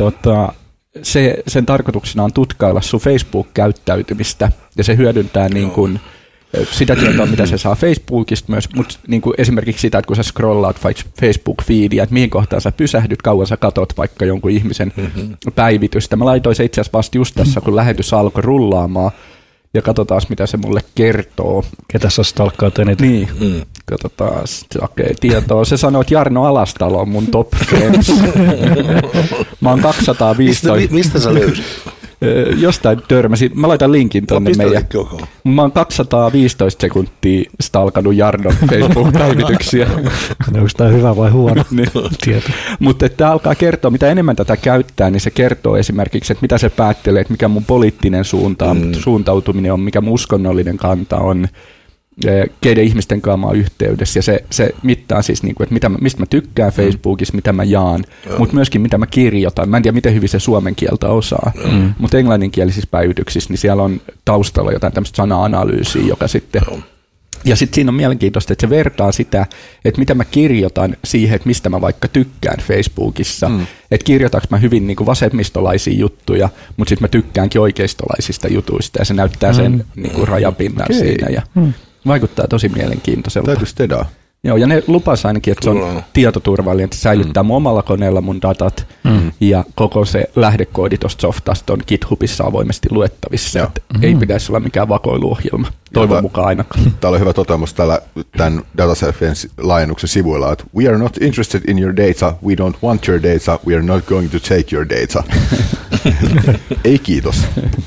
S2: sen tarkoituksena on tutkailla sun Facebook-käyttäytymistä, ja se hyödyntää niin kuin sitä tietoa, mitä se saa Facebookista myös, mutta niin kuin esimerkiksi sitä, että kun sä scrollaat Facebook-feedia, että mihin kohtaan sä pysähdyt, kauan sä katot vaikka jonkun ihmisen päivitystä. Mä laitoin se itse asiassa vasta just tässä, kun lähetys alkoi rullaamaan, ja katsotaan, mitä se mulle kertoo.
S4: Ketä sä stalkkaat eniten?
S2: Niin, katsotaan tietoa. Se sanoo, että Jarno Alastalo on mun top friends. Mä oon 215.
S3: Mistä sä löysit?
S2: Jostain törmäsin. Mä laitan linkin tonne meidän. Mä oon 215 sekuntia stalkannut Jarnon Facebook-päivityksiä.
S4: Onko tämä hyvä vai huono? Tieto.
S2: Mutta tämä alkaa kertoa, mitä enemmän tätä käyttää, niin se kertoo esimerkiksi, että mitä se päättelee, että mikä mun poliittinen suuntautuminen on, mikä mun uskonnollinen kanta on, keiden ihmisten kanssa mä oon yhteydessä, ja se mittaa siis, niin kuin, että mistä mä tykkään Facebookissa, mitä mä jaan, mutta myöskin mitä mä kirjoitan. Mä en tiedä, miten hyvin se suomen kieltä osaa, mutta englanninkielisissä päivityksissä, niin siellä on taustalla jotain tämmöistä sana-analyysiä, joka sitten... Ja sitten siinä on mielenkiintoista, että se vertaa sitä, että mitä mä kirjoitan siihen, että mistä mä vaikka tykkään Facebookissa. Että kirjoitanko mä hyvin niin kuin vasemmistolaisia juttuja, mutta sitten mä tykkäänkin oikeistolaisista jutuista, ja se näyttää sen niin kuin rajapinnan siinä. Ja vaikuttaa tosi mielenkiintoiselta.
S5: Täytyisi tehdä.
S2: Joo, ja ne lupas ainakin, että se on tietoturvallinen, että se säilyttää mun omalla koneella mun datat, ja koko se lähdekoodi tuosta softasta on GitHubissa avoimesti luettavissa, että ei pitäisi olla mikään vakoiluohjelma, toivon mukaan ainakaan.
S5: Tämä oli hyvä toteamus tämän Dataselfien laajennuksen sivuilla, että we are not interested in your data, we don't want your data, we are not going to take your data. Ei kiitos.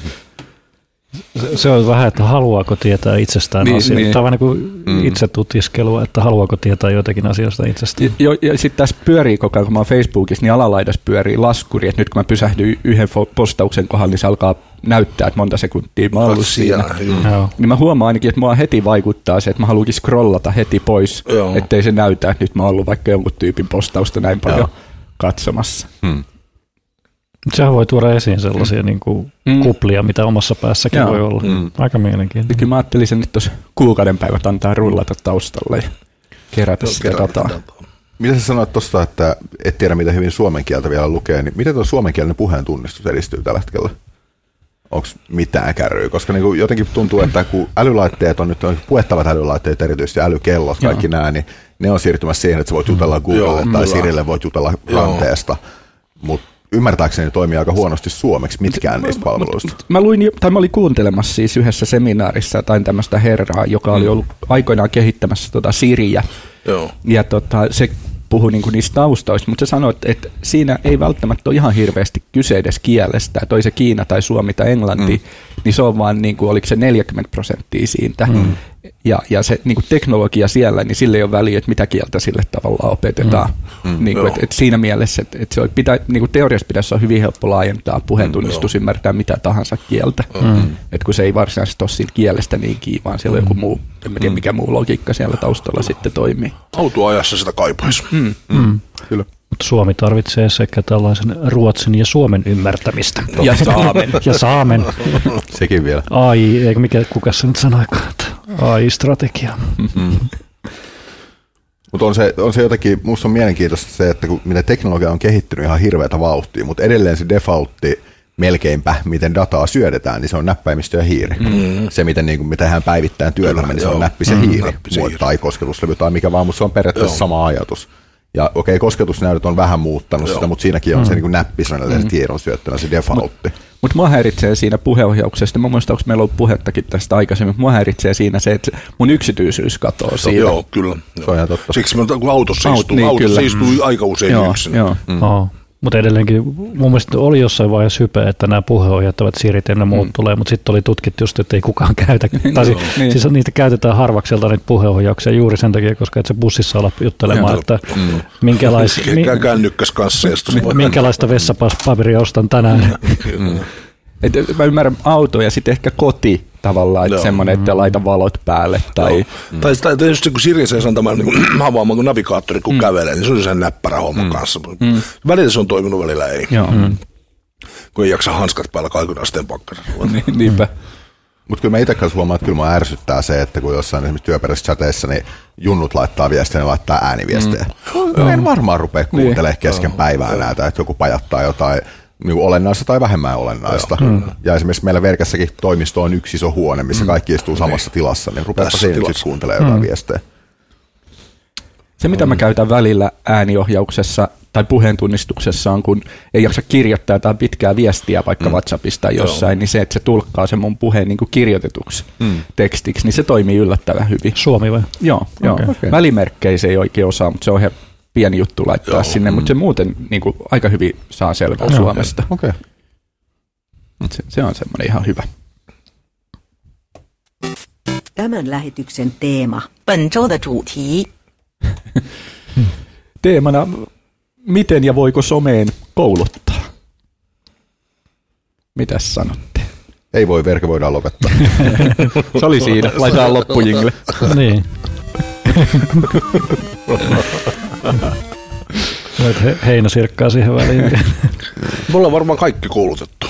S4: Se on vähän, että haluaako tietää itsestään asioita. Tämä on vähän niin kuin itse tutiskelua, että haluaako tietää joitakin asioista itsestään.
S2: Ja sitten tässä pyörii koko ajan, kun mä oon Facebookissa, niin alalaidassa pyörii laskuri, että nyt kun mä pysähdyin yhden postauksen kohdalla, niin se alkaa näyttää, että monta sekuntia mä oon ollut siinä. Niin mä huomaan ainakin, että mua heti vaikuttaa se, että mä haluankin scrollata heti pois, ettei se näytä, että nyt mä oon ollut vaikka jonkun tyypin postausta näin paljon katsomassa.
S4: Sehän voi tuoda esiin sellaisia niin kuin kuplia, mitä omassa päässäkin voi olla. Aika mielenkiintoista.
S2: Kyllä mä ajattelin sen nyt tuossa kuukauden päivät antaa rullata taustalle ja kerätä sitä dataa.
S5: Mitä sä sanoit tuosta, että et tiedä mitä hyvin suomen kieltä vielä lukee, niin miten tuo suomenkielinen puheen tunnistus edistyy tällä hetkellä? Onko mitään kärryä? Koska niin jotenkin tuntuu, että kun älylaitteet on nyt puettavat älylaitteet, erityisesti älykellot, kaikki nämä, niin ne on siirtymässä siihen, että sä voit jutella Googlelle tai Sirille voit jutella ranteesta, mutta ymmärtääkseni toimii aika huonosti suomeksi mitkään niistä palveluista.
S2: Mä olin kuuntelemassa siis yhdessä seminaarissa jotain tämmöistä herraa, joka oli ollut aikoinaan kehittämässä Siriä. Ja se puhui niinku niistä taustoista, mutta se sanoi, että siinä ei välttämättä ole ihan hirveästi kyse edes kielestä, että oli se Kiina tai Suomi tai Englanti, niin se on vaan, niinku, oliko se 40% siitä. Ja se niinku teknologia siellä, niin sillä ei ole väliä, että mitä kieltä sille tavallaan opetetaan. Niinku, et siinä mielessä, että se niinku teoriassa pitäisi olla hyvin helppo laajentaa puheentunnistus, ymmärtää mitä tahansa kieltä. Et kun se ei varsinaisesti ole siitä kielestä niin kiinni, vaan siellä on joku muu, en tiedä mikä muu logiikka siellä taustalla sitten toimii.
S3: Autoajassa sitä kaipaisi.
S5: Kyllä.
S4: Mutta Suomi tarvitsee sekä tällaisen ruotsin ja suomen ymmärtämistä.
S2: Ja saamen.
S4: Ja saamen.
S5: Sekin vielä.
S4: AI, eikö kuka se nyt sanoikaan, että AI-strategia.
S5: Mutta on se jotenkin, musta on mielenkiintoista se, että miten teknologia on kehittynyt ihan hirveätä vauhtia, mutta edelleen se defaultti melkeinpä, miten dataa syödetään, niin se on näppäimistö ja hiiri. Se, miten niin me tehdään päivittäin työtä, niin se on näppis ja hiiri. Tai kosketuslevy tai mikä vaan, mutta se on periaatteessa sama ajatus. Ja okei, kosketusnäytöt on vähän muuttanut sitä, mutta siinäkin on se niin näppisellä se tiedon syöttönä, se defaultti.
S2: Mutta mua häiritsee siinä puheohjauksesta, mä muistan, onko meillä ollut puhettakin tästä aikaisemmin, mutta mua häiritsee siinä se, että mun yksityisyys katoo siitä.
S3: Joo, kyllä.
S5: Se on ihan totta.
S3: Siksi kun autossa istuu aika usein yksin.
S4: Mutta edelleenkin mun mielestä oli jossain vaiheessa hype, että nämä puheohjattavat Sirit ja muut tulee, mutta sitten oli tutkittu just, että ei kukaan käytä. Siis niitä käytetään harvakselta niitä puheohjauksia juuri sen takia, koska et se bussissa olla juttelemaan, että minkälaista vessapaperia ostan tänään.
S2: Mä ymmärrän auto ja sitten ehkä koti tavallaan, että semmoinen, että laita valot päälle. Tai
S3: just kun Siri sen antamaan niin avaamaan kun navigaattori kun kävelee, niin se on sen näppärä homma kanssa. Välillä se on toiminut, välillä ei. Kun ei jaksa hanskat päällä 20 asteen pakkasella.
S2: Niinpä.
S5: Mutta kyllä mä itse kanssa huomaan, että kyllä mä ärsyttää se, että kun jossain esimerkiksi työperäisissä chateissa, niin junnut laittaa viestejä ja laittaa ääniviestejä. En varmaan rupea kuuntelemaan kesken päivää näitä, että joku pajattaa jotain niin olennaista tai vähemmän olennaista. Ja esimerkiksi meillä Verkässäkin toimisto on yksi iso huone, missä kaikki istuu samassa tilassa, niin rupeapa siinä sitten kuuntelemaan jotain viestejä.
S2: Se, mitä mä käytän välillä ääniohjauksessa tai puheentunnistuksessa on, kun ei jaksa kirjoittaa jotain pitkää viestiä vaikka WhatsAppista tai jossain, niin se, että se tulkkaa sen mun puheen niin kuin kirjoitetuksi tekstiksi, niin se toimii yllättävän hyvin.
S4: Suomi vai?
S2: Joo. Okay. Välimerkkejä se ei oikein osaa, mutta se on ihan pieni juttu laittaa sinne, mutta se muuten niin kuin, aika hyvin saa selvää Suomesta.
S5: Okay.
S2: Se on semmoinen ihan hyvä.
S6: Tämän lähetyksen teema.
S7: 本周的主题
S2: Teemana, miten ja voiko someen kouluttaa? Mitäs sanotte?
S5: Ei voi, Verkö voidaan lopettaa.
S2: Se oli siinä, laitetaan loppujingle.
S4: Niin. Heinäsirkkaa siihen väliin.
S3: Me ollaan varmaan kaikki koulutettu.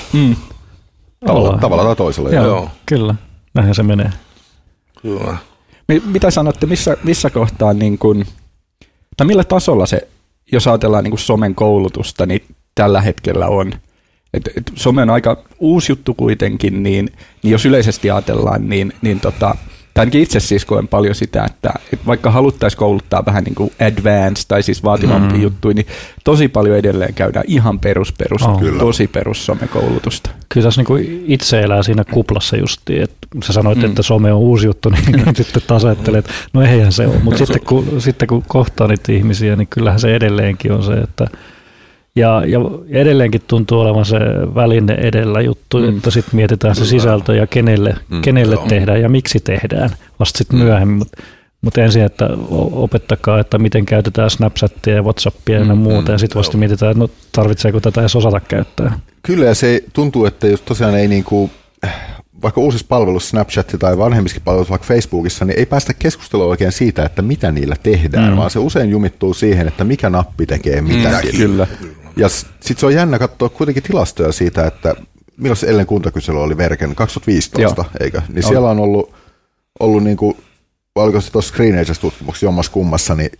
S5: Tavalla tai toisella.
S4: Joo. Kyllä, näinhän se menee.
S3: Kyllä.
S2: Mitä sanotte, missä kohtaa, niin kun, tai millä tasolla se, jos ajatellaan niin kun somen koulutusta, niin tällä hetkellä on? Et some on aika uusi juttu kuitenkin, niin jos yleisesti ajatellaan, niin tai ainakin itse siis koen paljon sitä, että vaikka haluttaisiin kouluttaa vähän niin kuin advanced tai siis vaativampia juttuja, niin tosi paljon edelleen käydään ihan tosi perus somekoulutusta. Kyllä
S4: tässä niin itse elää siinä kuplassa justiin, että sä sanoit, että some on uusi juttu, niin sitten taas ajattelee, että no eihän se ole, mutta sitten kun kohtaa niitä ihmisiä, niin kyllähän se edelleenkin on se, että ja edelleenkin tuntuu olevan se väline edellä juttu, että sitten mietitään se sisältö ja kenelle tehdään ja miksi tehdään vasta sitten myöhemmin. Mutta ensin, että opettakaa, että miten käytetään Snapchatia ja Whatsappia ja muuta ja sitten vasta mietitään, että no, tarvitseeko tätä edes osata käyttää.
S5: Kyllä ja se tuntuu, että jos tosiaan ei niinku, vaikka uusissa palveluissa Snapchat tai vanhemmissakin palveluissa vaikka Facebookissa, niin ei päästä keskustelua oikein siitä, että mitä niillä tehdään, vaan se usein jumittuu siihen, että mikä nappi tekee mitäkin.
S2: Kyllä.
S5: Ja sitten se on jännä katsoa kuitenkin tilastoja siitä, että milloin se Ellen kuntakysely oli Verken 2015, eikö? Niin siellä on ollut niin kuin, oliko se tuossa Screenagers-tutkimuksessa jommassa kummassa, niin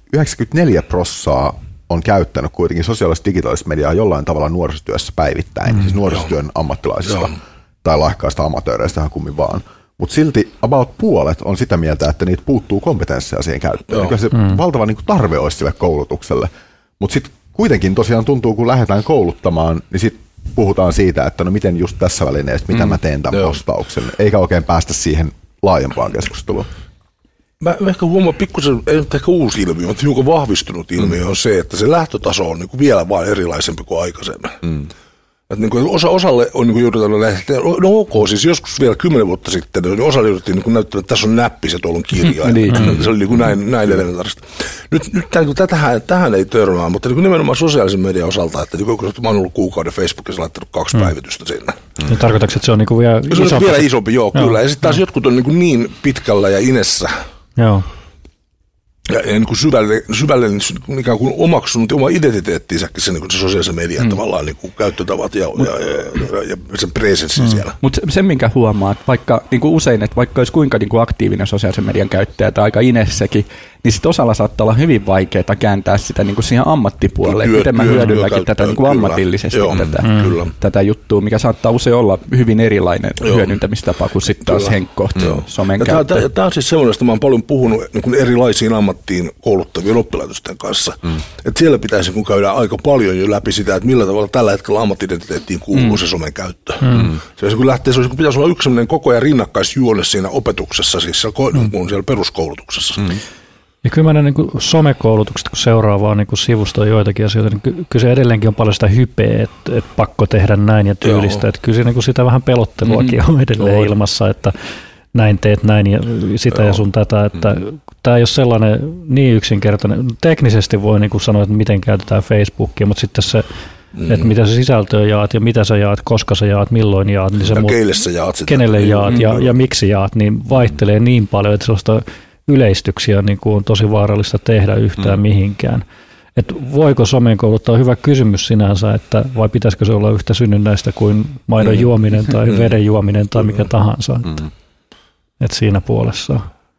S5: 94% on käyttänyt kuitenkin sosiaalista digitaalista mediaa jollain tavalla nuorisotyössä päivittäin, siis nuorisotyön ammattilaisista tai lahjakkaista amatööreistä ihan kummin vaan. Mutta silti about puolet on sitä mieltä, että niitä puuttuu kompetensseja siihen käyttöön. Kyllä se valtava niin kuin tarve olisi sille koulutukselle, mutta sitten kuitenkin tosiaan tuntuu, kun lähdetään kouluttamaan, niin sitten puhutaan siitä, että no miten just tässä välineessä, mitä mä teen tämän postauksen, eikä oikein päästä siihen laajempaan keskusteluun.
S3: Mä ehkä huomaan pikkusen, ei nyt ehkä uusi ilmiö, mutta hiukan vahvistunut ilmiö on se, että se lähtötaso on niin kuin vielä vaan erilaisempi kuin aikaisemmin. Että niin kuin osalle on niin kuin joudutaan lähteä, no ok, siis joskus vielä 10 vuotta sitten, niin osalle jouduttiin niin näyttämään, että tässä on näppis ja tuolla on kirja. Se oli niin kuin näin elementaarista. Nyt tähän ei törmää, mutta niin kuin nimenomaan sosiaalisen median osalta, että niin kuin mä oon ollut kuukauden Facebookissa laittanut 2 päivitystä sinne.
S4: Ja tarkoitatko, että se on niin kuin vielä isompi?
S3: Se on vielä isompi, kyllä. Ja sitten taas jotkut on niin pitkällä ja inessä.
S4: Joo.
S3: Ja niin kuin syvälle ikään kuin omaksunut oma identiteettiinsäkin se, niin se sosiaalisen median tavallaan niin kuin käyttötavat ja sen presenssin siellä.
S2: Mutta se, minkä huomaa, että vaikka niin kuin usein, että vaikka olisi kuinka niin kuin aktiivinen sosiaalisen median käyttäjä tai aika inessäkin, niin sitten osalla saattaa olla hyvin vaikeaa kääntää sitä niin kuin siihen ammattipuolelle, miten mä hyödynnäkin tätä niin kuin ammatillisesti tätä juttua, mikä saattaa usein olla hyvin erilainen hyödyntämistapa kuin sitten taas Henkko somen käyttö.
S3: Tämä on siis semmoinen, että mä oon paljon puhunut niin erilaisiin ammattiin kouluttavien oppilaitosten kanssa, että siellä pitäisi kun käydään aika paljon jo läpi sitä, että millä tavalla tällä hetkellä ammattidentiteettiin kuuluu se somen käyttö. Se pitäisi olla yksi sellainen koko ajan rinnakkaisjuone siinä opetuksessa, siis siellä peruskoulutuksessa.
S4: Ja kyllä mä niin somekoulutukset, kun seuraa vaan niin sivusta joitakin asioita, niin kyllä se edelleenkin on paljon sitä hypeä, että pakko tehdä näin ja tyylistä. Että kyllä se niin sitä vähän pelotteluakin on edelleen ilmassa, että näin teet näin ja sitä ja sun tätä. Että tämä ei ole sellainen niin yksinkertainen. Teknisesti voi niin sanoa, että miten käytetään Facebookia, mutta sitten se, että mitä se sisältöä jaat ja mitä sä jaat, koska sä jaat, milloin jaat. Niin se
S3: keille sä jaat sitä.
S4: Kenelle jaat ja miksi jaat, niin vaihtelee niin paljon, että sellaista yleistyksiä niin kuin on tosi vaarallista tehdä yhtään mihinkään. Et voiko somen kouluttaa? Hyvä kysymys sinänsä, että vai pitäisikö se olla yhtä synnynnäistä kuin maidon juominen tai veden juominen tai mikä tahansa. Et siinä puolessa.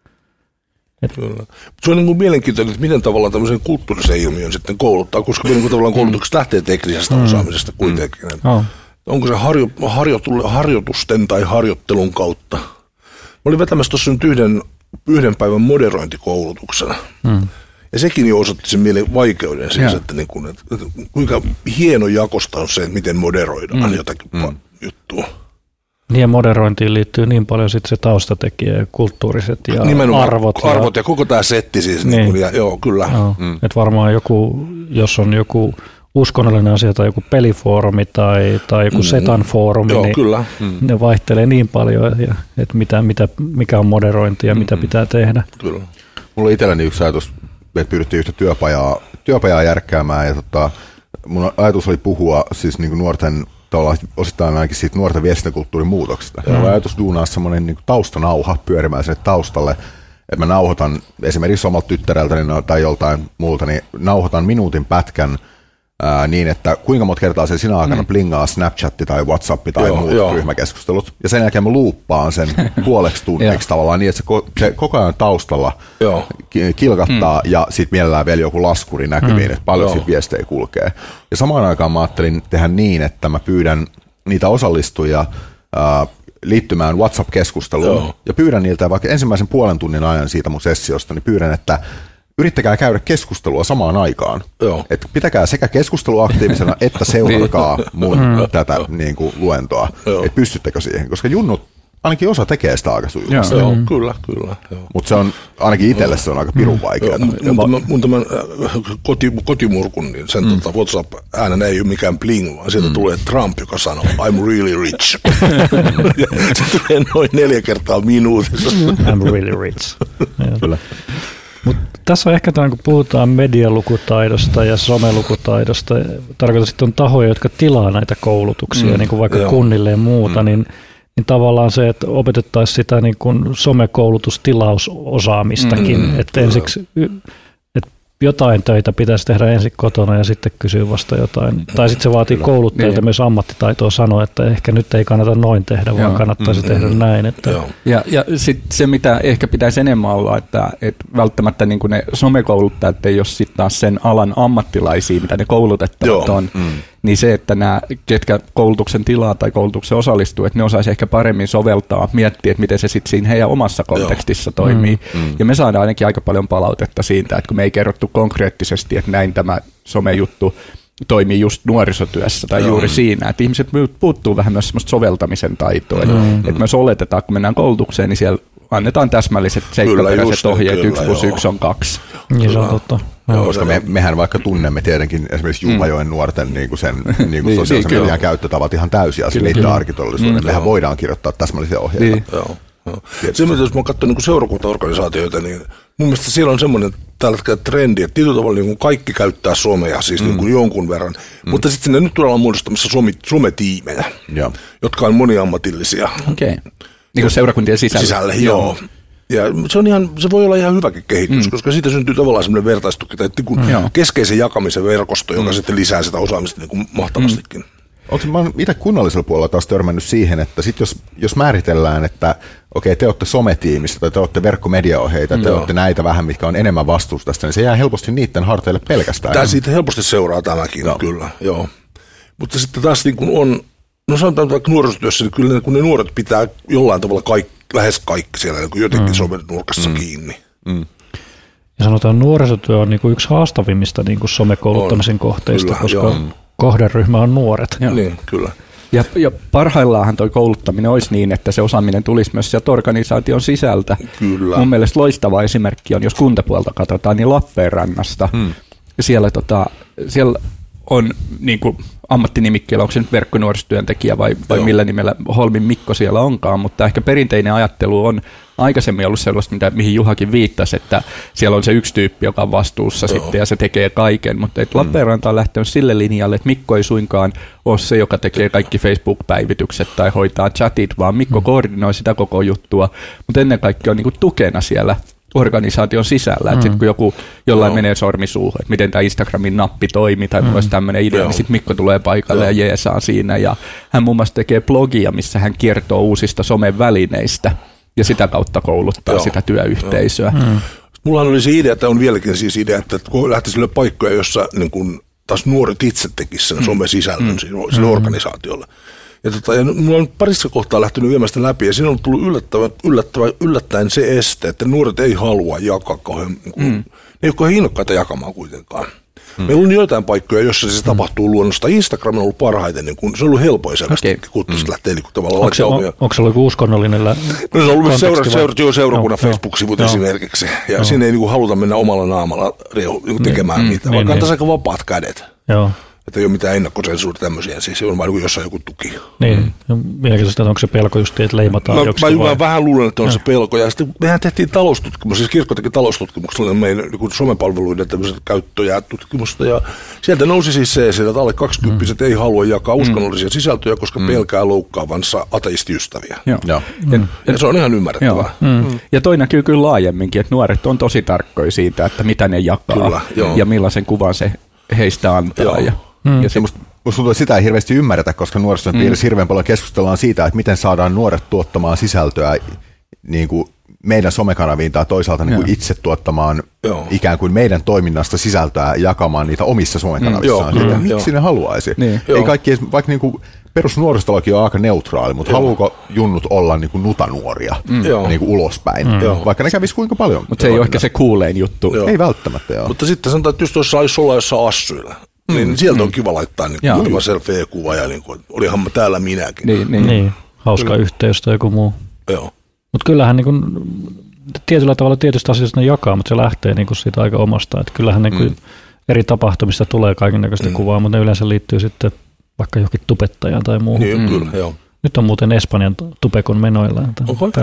S3: Se on niin kuin mielenkiintoinen, että miten tavallaan tämmöisen kulttuurisen ilmiön sitten kouluttaa, koska niin kuin tavallaan koulutukset lähtee teknisestä osaamisesta kuitenkin. Onko se harjoitusten tai harjoittelun kautta? Mä olin vetämässä tuossa nyt yhden päivän moderointikoulutuksena. Ja sekin jo osoitti sen mielen vaikeuden siis, että, niin kuin, että kuinka hieno jakosta on se, että miten moderoidaan jotakin juttua.
S4: Niin ja moderointiin liittyy niin paljon sitten se taustatekijä ja kulttuuriset ja arvot
S3: ja koko tämä setti siis. Niin kuin, joo, kyllä.
S4: Että varmaan jos on joku uskonnollinen asia tai joku pelifoorumi tai joku setan foorumi, niin
S3: kyllä.
S4: Ne vaihtelee niin paljon, että mikä on moderointi ja mitä pitää tehdä.
S3: Kyllä.
S5: Mulla on itselläni yksi ajatus, että pyydettiin yhtä työpajaa järkkäämään ja mun ajatus oli puhua siis niin kuin nuorten, osittain ainakin siitä nuorten viestintäkulttuurin muutoksesta. Ja ajatus duunaa semmoinen niin kuin taustanauha pyörimään sinne taustalle, että mä nauhoitan esimerkiksi omalta tyttäreltäni tai joltain muulta, niin nauhoitan minuutin pätkän niin, että kuinka monta kertaa se sinä aikana blingaa Snapchat tai WhatsApp tai muut ryhmäkeskustelut. Ja sen jälkeen mä luuppaan sen puoleksi tunniksi tavallaan niin, että se koko ajan taustalla kilkattaa ja sitten mielellään vielä joku laskuri näkyviin, että paljon siitä viestejä kulkee. Ja samaan aikaan mä ajattelin tehdä niin, että mä pyydän niitä osallistujia liittymään WhatsApp-keskusteluun ja pyydän niiltä vaikka ensimmäisen puolen tunnin ajan siitä mun sessiosta, niin pyydän, että yrittäkää käydä keskustelua samaan aikaan. Että pitäkää sekä keskustelua aktiivisena että seuratkaa mun tätä niin kuin, luentoa. Että pystyttekö siihen, koska junnut ainakin osa tekee sitä aika sujuvasti.
S3: Kyllä.
S5: Mutta se on ainakin itselle se on aika pirun vaikeaa.
S3: Mun tämän kotimurkun, niin sen WhatsApp-äänen ei ole mikään bling, vaan sieltä tulee Trump, joka sanoo I'm really rich. Se tulee noin 4 kertaa minuutissa.
S4: I'm really rich. Kyllä. Mut tässä on ehkä tämän, kun puhutaan medialukutaidosta ja somelukutaidosta, tarkoitan sitten on tahoja, jotka tilaa näitä koulutuksia, niin kuin vaikka kunnille ja muuta, niin tavallaan se, että opetettaisiin sitä niin kuin somekoulutustilausosaamistakin, että ensiksi jotain töitä pitäisi tehdä ensin kotona ja sitten kysyä vasta jotain. Tai sitten se vaatii kouluttajilta myös ammattitaitoa sanoa, että ehkä nyt ei kannata noin tehdä, vaan kannattaisi tehdä näin. Että.
S2: Ja sitten se, mitä ehkä pitäisi enemmän olla, että välttämättä niin kuin ne somekouluttajat ei ole sitten taas sen alan ammattilaisia, mitä ne koulutettavat on. Niin se, että nämä, ketkä koulutuksen tilaa tai koulutuksen osallistuu, että ne osaisi ehkä paremmin soveltaa, miettiä, että miten se sitten siinä heidän omassa kontekstissa toimii. Ja me saadaan ainakin aika paljon palautetta siitä, että kun me ei kerrottu konkreettisesti, että näin tämä somejuttu toimii just nuorisotyössä tai juuri siinä, että ihmiset puuttuu vähän myös semmoista soveltamisen taitoa. Että myös oletetaan, kun mennään koulutukseen, niin siellä annetaan täsmälliset seikkaperäiset ohjeet, 1+1 on 2.
S4: Niin se on totta.
S5: Koska mehän vaikka tunnemme tietenkin esimerkiksi Juupajoen nuorten niin kuin sen niin kuin sosiaalisen median käyttötavat ihan täysin ja liittää arkitodellisuuden. Mehän voidaan kirjoittaa täsmällisiä ohjeita.
S3: Se, mitä jos mä katson niin seurakuntaorganisaatioita, niin mun mielestä siellä on semmoinen tällä hetkellä trendi, että tietyllä tavalla niin kaikki käyttää somea, siis niin kuin jonkun verran, mutta sitten sinne nyt tullaan muodostamassa sometiimejä, jotka on moniammatillisia.
S2: Okei. Niin kuin seurakuntien sisällä.
S3: Joo. Ja se voi olla ihan hyväkin kehitys, koska siitä syntyy tavallaan semmoinen vertaistuki tai keskeisen jakamisen verkosto, joka sitten lisää sitä osaamista niin kuin mahtavastikin.
S5: Mä oon itse kunnallisella puolella taas törmännyt siihen, että sit jos määritellään, että okei, te olette sometiimissä tai te olette verkkomediaohjeita, te olette näitä vähän, mitkä on enemmän vastuusta tästä, niin se jää helposti niiden harteille pelkästään.
S3: Tämä siitä helposti seuraa tämäkin, kyllä. Joo. Mutta sitten taas niin kun on, no sanotaan vaikka nuorisotyössä, niin kyllä kun ne nuoret pitää jollain tavalla lähes kaikki siellä niin jotenkin somen nurkassa kiinni.
S4: Ja sanotaan, nuorisotyö on niin kuin yksi haastavimmista niin kuin somekouluttamisen kohteista, kyllä, koska kohderyhmä on nuoret.
S3: Niin, kyllä.
S2: Ja parhaillaanhan toi kouluttaminen olisi niin, että se osaaminen tulisi myös sieltä organisaation sisältä.
S3: Kyllä.
S2: Mun mielestä loistava esimerkki on, jos kuntapuolta katsotaan, niin Lappeenrannasta. Siellä on niin kuin ammattinimikkeellä, onko se nyt verkkonuorisotyöntekijä vai millä nimellä Holmin Mikko siellä onkaan, mutta ehkä perinteinen ajattelu on aikaisemmin ollut sellaista, mihin Juhakin viittasi, että siellä on se yksi tyyppi, joka on vastuussa sitten ja se tekee kaiken, mutta Lappeenranta on lähtenyt sille linjalle, että Mikko ei suinkaan ole se, joka tekee kaikki Facebook-päivitykset tai hoitaa chatit, vaan Mikko koordinoi sitä koko juttua, mutta ennen kaikkea on niin kuin tukena siellä organisaation sisällä, että sitten kun jollain menee sormi suuhun, että miten tämä Instagramin nappi toimii tai mulla olisi tämmöinen idea, niin sitten Mikko tulee paikalle ja jeesaa siinä ja hän muun muassa tekee blogia, missä hän kertoo uusista somen välineistä ja sitä kautta kouluttaa sitä työyhteisöä.
S3: Mullahan oli se idea, että on vieläkin siis idea, että kun lähtisi sille paikkoja, jossa niin kun taas nuoret itse tekisivät sen somesisällön sille organisaatiolle. Ja mulla on parissa kohtaa lähtenyt viemään sitä läpi, ja siinä on tullut yllättäen se este, että nuoret ei halua jakaa kauhean, ne ei ole kauhean innokkaita jakamaan kuitenkaan. Meillä on joitain paikkoja, joissa se tapahtuu luonnosta. Instagram on ollut parhaiten, niin kun se on ollut helpoin sellaista, kun lähtee niin tavallaan
S4: onko se ollut uskonnollinen
S3: no, se on ollut seurakunnan Facebook-sivut esimerkiksi, ja siinä ei niin haluta mennä omalla naamalla tekemään mitään, vaan kantaisi aika vapaat kädet.
S4: Joo.
S3: Että ei ole mitään ennakkosensuuria tämmöisiä, siis se on vain jossain joku tuki.
S4: Niin, mielenkiintoista, että onko se pelko just, että leimataan joksikin vai?
S3: Mä vähän luulen, että on se pelko. Ja sitten mehän tehtiin taloustutkimus, siis kirkko teki taloustutkimuksella meidän somepalveluiden tämmöiset käyttöjä tutkimusta. Ja sieltä nousi siis se, että alle 20 ei halua jakaa uskonnollisia sisältöjä, koska pelkää loukkaavansa ateistiystäviä.
S2: Joo.
S3: Ja se on ihan ymmärrettävää.
S2: Ja toi näkyy kyllä laajemminkin, että nuoret on tosi tarkkoja siitä, että mitä ne jakaa kyllä, ja millaisen kuvan se heistä antaa. Ja
S5: musta tuntuu, että sitä ei hirveästi ymmärretä, koska nuorisotyön piirissä hirveän paljon keskustellaan siitä, että miten saadaan nuoret tuottamaan sisältöä niin kuin meidän somekanaviin tai toisaalta niin kuin itse tuottamaan ikään kuin meidän toiminnasta sisältöä jakamaan niitä omissa somekanavissaan. Miksi ne haluaisi? Niin. Ei kaikki, vaikka niin kuin perusnuorisotolaki on aika neutraali, mutta haluuko junnut olla niin kuin nutanuoria niin kuin ulospäin? Vaikka ne kävisi kuinka paljon.
S2: Mutta se ei ole ehkä se kuulein juttu.
S5: Ei välttämättä.
S3: Mutta sitten sanotaan, että just jos olisi olla jossain assuilla, niin sieltä on kiva laittaa muutama selfie-kuva ja olihan mä täällä minäkin.
S4: Niin. Hauska yhteys tai joku muu.
S3: Joo.
S4: Mutta kyllähän niin kun, tietyllä tavalla tietystä asiasta ne jakaa, mutta se lähtee niin kun siitä aika omasta. Et kyllähän niin kun eri tapahtumista tulee kaikennäköistä kuvaa, mutta ne yleensä liittyy sitten vaikka johonkin tubettajaan tai muuhun.
S3: Niin, kyllä, joo.
S4: Nyt on muuten Espanjan tupekon menoillaan.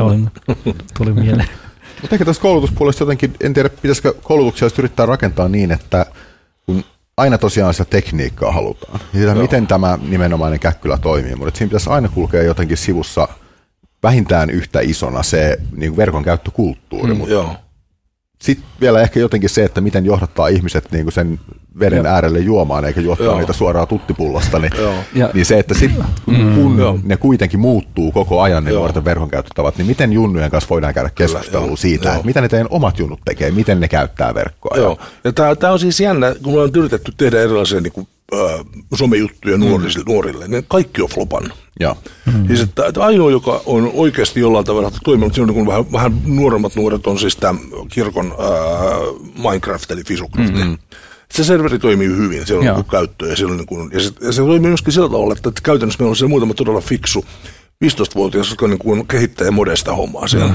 S4: Tuli mieleen.
S5: Mutta ehkä tässä koulutuspuolesta jotenkin, en tiedä, pitäisikö koulutuksia yrittää rakentaa niin, että kun aina tosiaan sitä tekniikkaa halutaan, niin miten tämä nimenomainen käkkylä toimii, mutta siinä pitäisi aina kulkea jotenkin sivussa vähintään yhtä isona se niin verkon käyttökulttuuri, mutta sitten vielä ehkä jotenkin se, että miten johdattaa ihmiset niin kuin sen veden äärelle juomaan, eikä juottaa niitä suoraan tuttipullosta, niin se, että sit, kun ne kuitenkin muuttuu koko ajan ne nuorten verkon käyttötavat, niin miten junnujen kanssa voidaan käydä keskustelua siitä, että mitä ne teidän omat junnut tekee, miten ne käyttää verkkoa.
S3: Joo. Ja tämä on siis jännä, kun me on yritetty tehdä erilaisia niin kuin, somejuttuja nuorille, niin kaikki on flopannut. Siis, että ainoa, joka on oikeasti jollain tavalla toiminut, siinä on niin vähän nuoremmat nuoret on siis tämä kirkon Minecraft eli Fisucraft. Se serveri toimii hyvin, siellä on käyttöä ja se toimii myöskin sillä tavalla, että käytännössä meillä on siellä muutama todella fiksu 15-vuotias, jotka niin kehittää ja modesta hommaa siellä.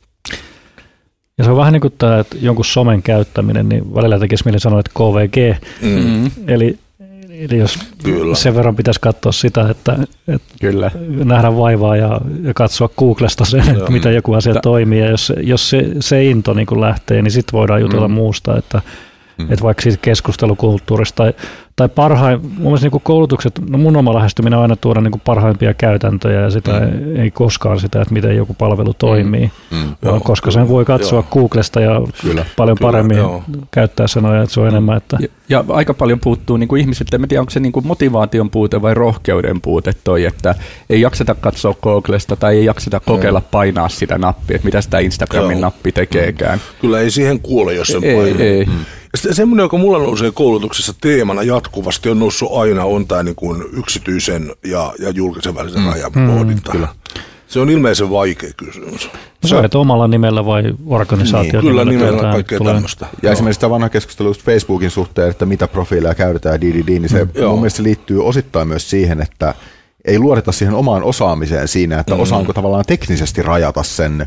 S4: Ja se on vähän niin kuin tämä, että jonkun somen käyttäminen, niin välillä tekisi mieli sanoa, että KVG. Eli jos sen verran pitäisi katsoa sitä, että nähdään vaivaa ja katsoa Googlesta sen, että miten joku asia toimii. Ja jos se into niin kuin lähtee, niin sitten voidaan jutella muusta. Että Että vaikka siitä keskustelukulttuurista tai mun mielestä niin koulutukset, no mun oma lähestyminen on aina tuoda niin parhaimpia käytäntöjä ja sitä ei koskaan sitä, että miten joku palvelu toimii, koska sen voi katsoa Googlesta ja paljon paremmin käyttää sanoja, että se on enemmän. Että
S2: ja aika paljon puuttuu niin kuin ihmisiltä, en tiedä onko se niin kuin motivaation puute vai rohkeuden puute toi, että ei jakseta katsoa Googlesta tai ei jakseta kokeilla painaa sitä nappia, että mitä sitä Instagramin nappi tekeekään.
S3: Kyllä ei siihen kuole, jos sen painaa. Ei. Ja semmoinen, joka mulla nousee koulutuksessa teemana jatkuvasti on noussut aina, on tämä niin kuin yksityisen ja julkisen välisen rajan pohdinta. Se on ilmeisen vaikea kysymys.
S4: Se on, että omalla nimellä vai organisaation
S3: nimellä? Kyllä nimellä kaikkea tämmöistä.
S5: Ja esimerkiksi tämä vanha keskustelu just Facebookin suhteen, että mitä profiileja käytetään niin se mun mielestä liittyy osittain myös siihen, että ei luoteta siihen omaan osaamiseen siinä, että osaanko tavallaan teknisesti rajata sen,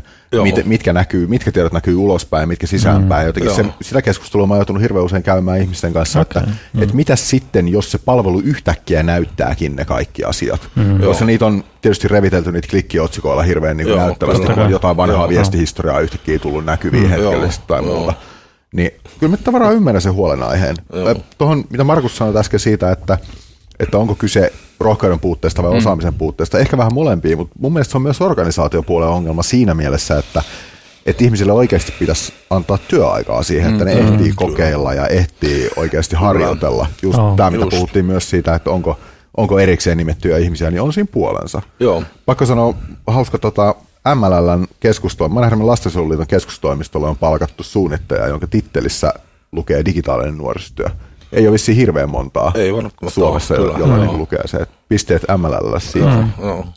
S5: mitkä tiedot näkyy ulospäin, mitkä sisäänpäin. Jotenkin sitä keskustelua mä oon joutunut hirveän usein käymään ihmisten kanssa, että mitä sitten, jos se palvelu yhtäkkiä näyttääkin ne kaikki asiat. Koska niitä on tietysti revitelty niitä klikkiotsikoilla hirveän niin näyttävästi, kun jotain vanhaa viestihistoriaa yhtäkkiä tullut näkyviin hetkellisesti tai muuta. Niin kyllä mä tavallaan ymmärrän sen huolenaiheen. Tuohon, mitä Markus sanoi äsken siitä, että onko kyse rohkeuden puutteesta vai osaamisen puutteesta, ehkä vähän molempia, mutta mun mielestä se on myös organisaatiopuolen ongelma siinä mielessä, että ihmisille oikeasti pitäisi antaa työaikaa siihen, että ne ehtii kokeilla ja ehtii oikeasti harjoitella. Just tämä, mitä puhuttiin myös siitä, että onko erikseen nimettyjä ihmisiä, niin on siinä puolensa. Pakko sanoa, hauska MLL:n Mannerheimin lastensuojeluliiton keskustoimistolle on palkattu suunnittaja, jonka tittelissä lukee digitaalinen nuorisotyö. Ei ole vissiin hirveän montaa Suomessa, jolla niin lukee se, että pisteet MLL siitä.